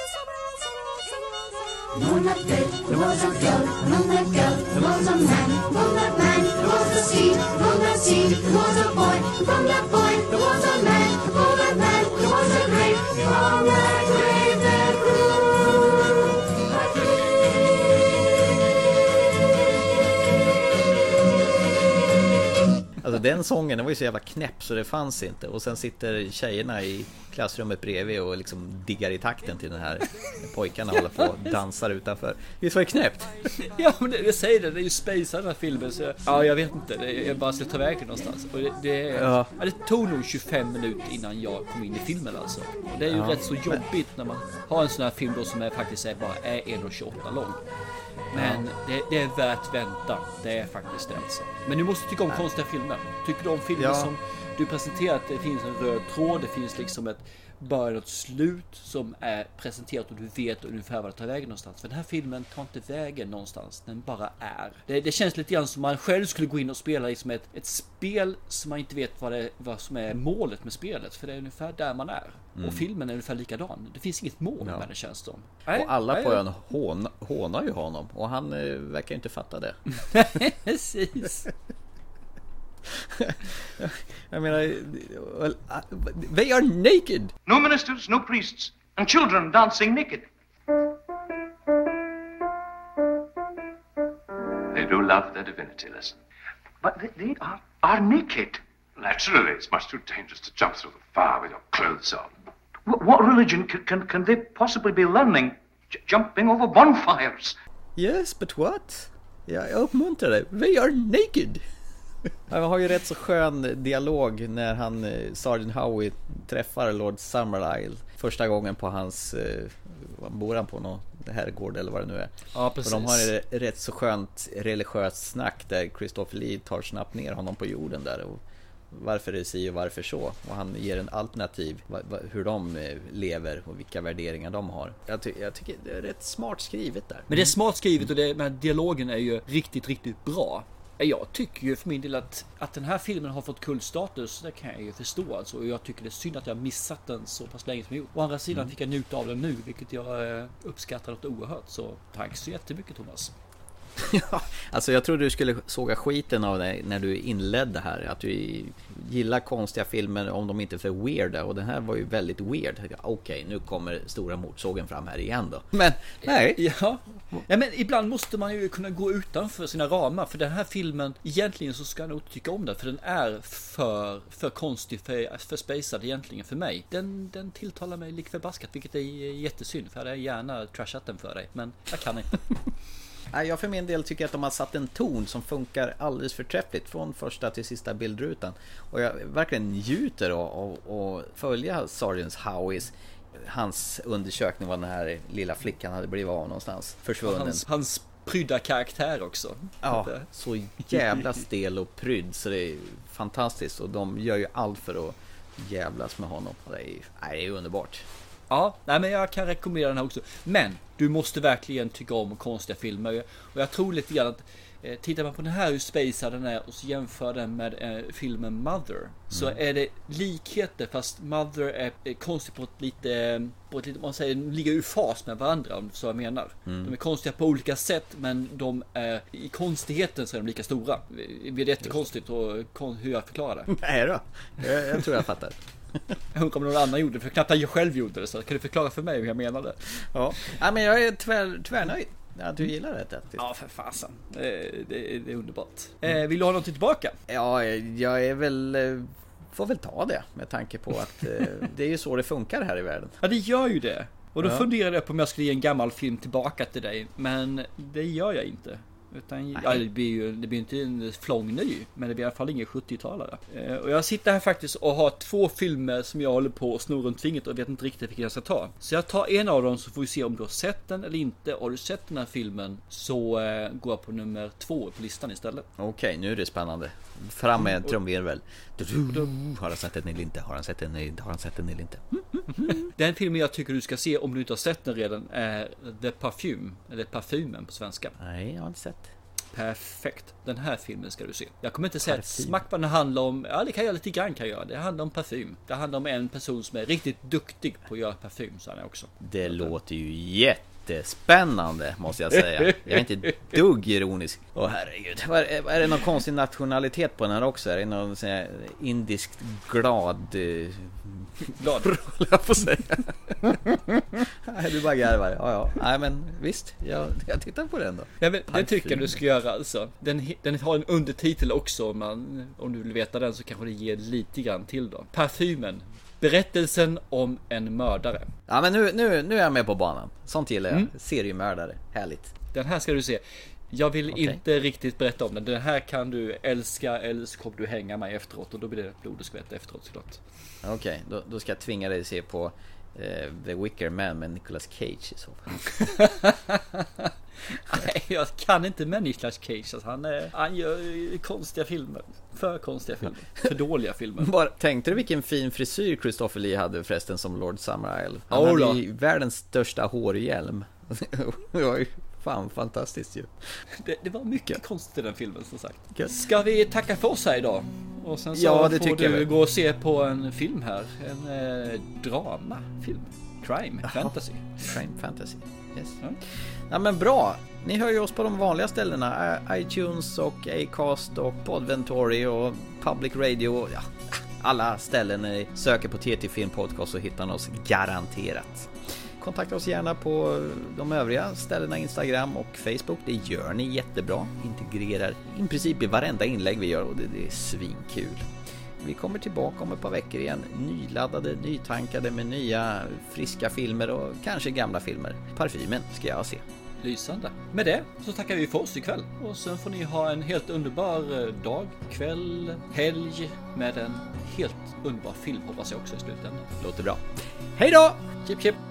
Moonlight day, there was a girl, moonlight girl, there was a man, moonlight man, there was a sea, moonlight sea, there was a boy, from that boy, there was a man, from that man, there was a grave, from that grave there grew a tree. Alltså den sången, den var ju så jävla knäpp så det fanns inte. Och sen sitter tjejerna i klassrummet bredvid och liksom diggar i takten till den här pojkarna håller på och dansar utanför. Visst var det knäppt? Ja, men det, det säger det, det är ju space den här filmen så, ja, jag vet inte, det, jag bara ska ta vägen någonstans. Och det, det, ja. Ja, det tog nog tjugofem minuter innan jag kom in i filmen alltså. Och det är ju ja. rätt så jobbigt när man har en sån här film då som är faktiskt är bara är en komma tjugoåtta lång. Men ja. det, det är värt vänta. Det är faktiskt det alltså. Men du måste tycka om konstiga filmer. Tycker du om filmer ja. som du presenterat, det finns en röd tråd, det finns liksom ett början och ett slut som är presenterat och du vet ungefär vad det tar vägen någonstans. För den här filmen tar inte vägen någonstans, den bara är. Det, det känns lite grann som man själv skulle gå in och spela liksom ett, ett spel som man inte vet vad, det, vad som är målet med spelet. För det är ungefär där man är. Mm. Och filmen är ungefär likadan. Det finns inget mål ja. med det, känns som. Och alla på ön hånar, hånar ju honom. Och han eh, verkar inte fatta det. Precis. Jag menar, they are naked. No ministers, no priests, and children dancing naked. They do love their divinity lesson. But they, they are, are naked. Naturally, it's much too dangerous to jump through the fire with your clothes on. W- what religion can, can, can they possibly be learning? J- jumping over bonfires? Yes, but what? Ja, jag uppmuntrar det. They are naked. Han har ju rätt så skön dialog när han, Sergeant Howie, träffar Lord Summerisle första gången på hans, vad bor han på, någon herrgård eller vad det nu är. Ja, precis. Och de har ett rätt så skönt religiöst snack där Christopher Lee tar snabbt ner honom på jorden där och varför det si och varför så. Och han ger en alternativ hur de lever och vilka värderingar de har. Jag, ty- jag tycker det är rätt smart skrivet där. Men det är smart skrivet och det, men dialogen är ju riktigt, riktigt bra. Jag tycker ju för min del att, att den här filmen har fått kultstatus, det kan jag ju förstå alltså. Och jag tycker det är synd att jag missat den så pass länge som jag gjort. Å andra sidan mm. fick jag njuta av den nu, vilket jag uppskattar något oerhört. Så tack så jättemycket, Thomas. Ja, alltså jag trodde du skulle såga skiten av dig när du inledde här. Att du gillar konstiga filmer om de inte är för weirda. Och den här var ju väldigt weird. Okej, okay, nu kommer stora motsågen fram här igen då. Men nej. Ja. Ja, men ibland måste man ju kunna gå utanför sina ramar. För den här filmen, egentligen så ska jag nog tycka om den. För den är för, för konstig, för, för spacad egentligen för mig. Den, den tilltalar mig lik förbaskat, vilket är jättesynd. För jag hade gärna trashat den för dig. Men jag kan inte. Jag för min del tycker att de har satt en ton som funkar alldeles förträffligt från första till sista bildrutan. Och jag verkligen njuter av att följa Sergeant Howies, hans undersökning var den här lilla flickan hade blivit av någonstans, försvunnen. Hans, hans prydda karaktär också. Ja, så jävla stel och prydd så det är fantastiskt. Och de gör ju allt för att jävlas med honom. Det är, nej, det är underbart. Ja, nej, men jag kan rekommendera den här också. Men du måste verkligen tycka om konstiga filmer. Och jag tror lite grann att eh, tittar man på den här hur spacad den är och så jämför den med eh, filmen Mother. Mm. Så är det likheter fast Mother är, är konstig på ett lite, på ett lite, man säger, ligger i fas med varandra om så jag menar. Mm. De är konstiga på olika sätt men de är, i konstigheten så är de lika stora. Det är jättekonstigt och kon, hur jag förklarar det. Nej då, jag, jag tror jag fattar. Jag undrar om någon annan gjorde det, för knappt jag själv gjorde det. Så kan du förklara för mig hur jag menade? Ja, ja men jag är tvär, tvärnöjd att du gillar det. Ja, för fasen. Det, det, det är underbart. Eh, vill du ha någonting tillbaka? Ja, jag är väl... Får väl ta det med tanke på att det är ju så det funkar här i världen. Ja, det gör ju det. Och då ja. funderade jag på om jag skulle ge en gammal film tillbaka till dig. Men det gör jag inte. Utan, ja, det blir ju det blir inte en flång ny, men det blir i alla fall ingen sjuttiotalare. Eh, och jag sitter här faktiskt och har två filmer som jag håller på och snor runt fingret och vet inte riktigt vilken jag ska ta. Så jag tar en av dem så får vi se om du har sett den eller inte. Har du sett den här filmen så eh, går jag på nummer två på listan istället. Okej, okay, nu är det spännande. Fram med en trumvirvel. Har han sett den eller inte? Har han sett den eller inte? Har han sett den eller inte? Den filmen jag tycker du ska se om du inte har sett den redan är The Perfume, eller Parfymen på svenska. Nej, jag har inte sett. Perfekt. Den här filmen ska du se. Jag kommer inte säga ett smack vad den handlar om. Ja, det kan jag lite grann kan jag göra. Det handlar om parfym. Det handlar om en person som är riktigt duktig på att göra parfym, så han är också. Det låter ju jättespännande, måste jag säga. Jag är inte dugg ironisk. Åh herregud. Är, är det någon konstig nationalitet på den här också? Är det någon sån här indiskt glad... glad, jag får säga. Du bara garvar. Ja, ja. Nej, men visst. Jag, jag tittar på den då. Ja, men, det tycker jag du ska göra alltså. Den, den har en undertitel också. Om, man, om du vill veta den så kanske det ger lite grann till då. Parfymen. Berättelsen om en mördare. Ja, men nu, nu, nu är jag med på banan. Sånt gillar jag. Mm. Seriemördare. Härligt. Den här ska du se. Jag vill okay. inte riktigt berätta om den. Den här kan du älska eller så kommer du hänga mig efteråt. Och då blir det blod och skvätt efteråt såklart. Okej, okay, då, då ska jag tvinga dig att se på eh, The Wicker Man med Nicolas Cage i så fall. Nej, jag kan inte med Nicolas Cage. Alltså, han, är, han gör konstiga filmer. För konstiga filmer. För dåliga filmer. Bara, tänkte du vilken fin frisyr Christopher Lee hade förresten som Lord Summerisle? Han oh, hade ju världens största hårhjälm. Det var ju fan fantastiskt ju. Det, det var mycket ja. konstigt i den filmen som sagt. Okay. Ska vi tacka för oss här idag? Och sen så ja, det får du jag. gå och se på en film här. En eh, dramafilm. Crime, Aha. fantasy. Crime, fantasy. Yes. Ja. Ja, men bra. Ni hör ju oss på de vanliga ställena. iTunes och Acast och Podventory och Public Radio. Ja, alla ställen ni söker på T T Film Podcast så hittar ni oss garanterat. Kontakta oss gärna på de övriga ställena, Instagram och Facebook. Det gör ni jättebra. Integrerar i princip i varenda inlägg vi gör och det, det är svinkul. Vi kommer tillbaka om ett par veckor igen. Nyladdade, nytankade med nya friska filmer och kanske gamla filmer. Parfymen ska jag se. Lysande. Med det så tackar vi för oss ikväll. Och sen får ni ha en helt underbar dag, kväll, helg med en helt underbar film hoppas jag också i slutändan. Låter bra. Hej då! Chip chip!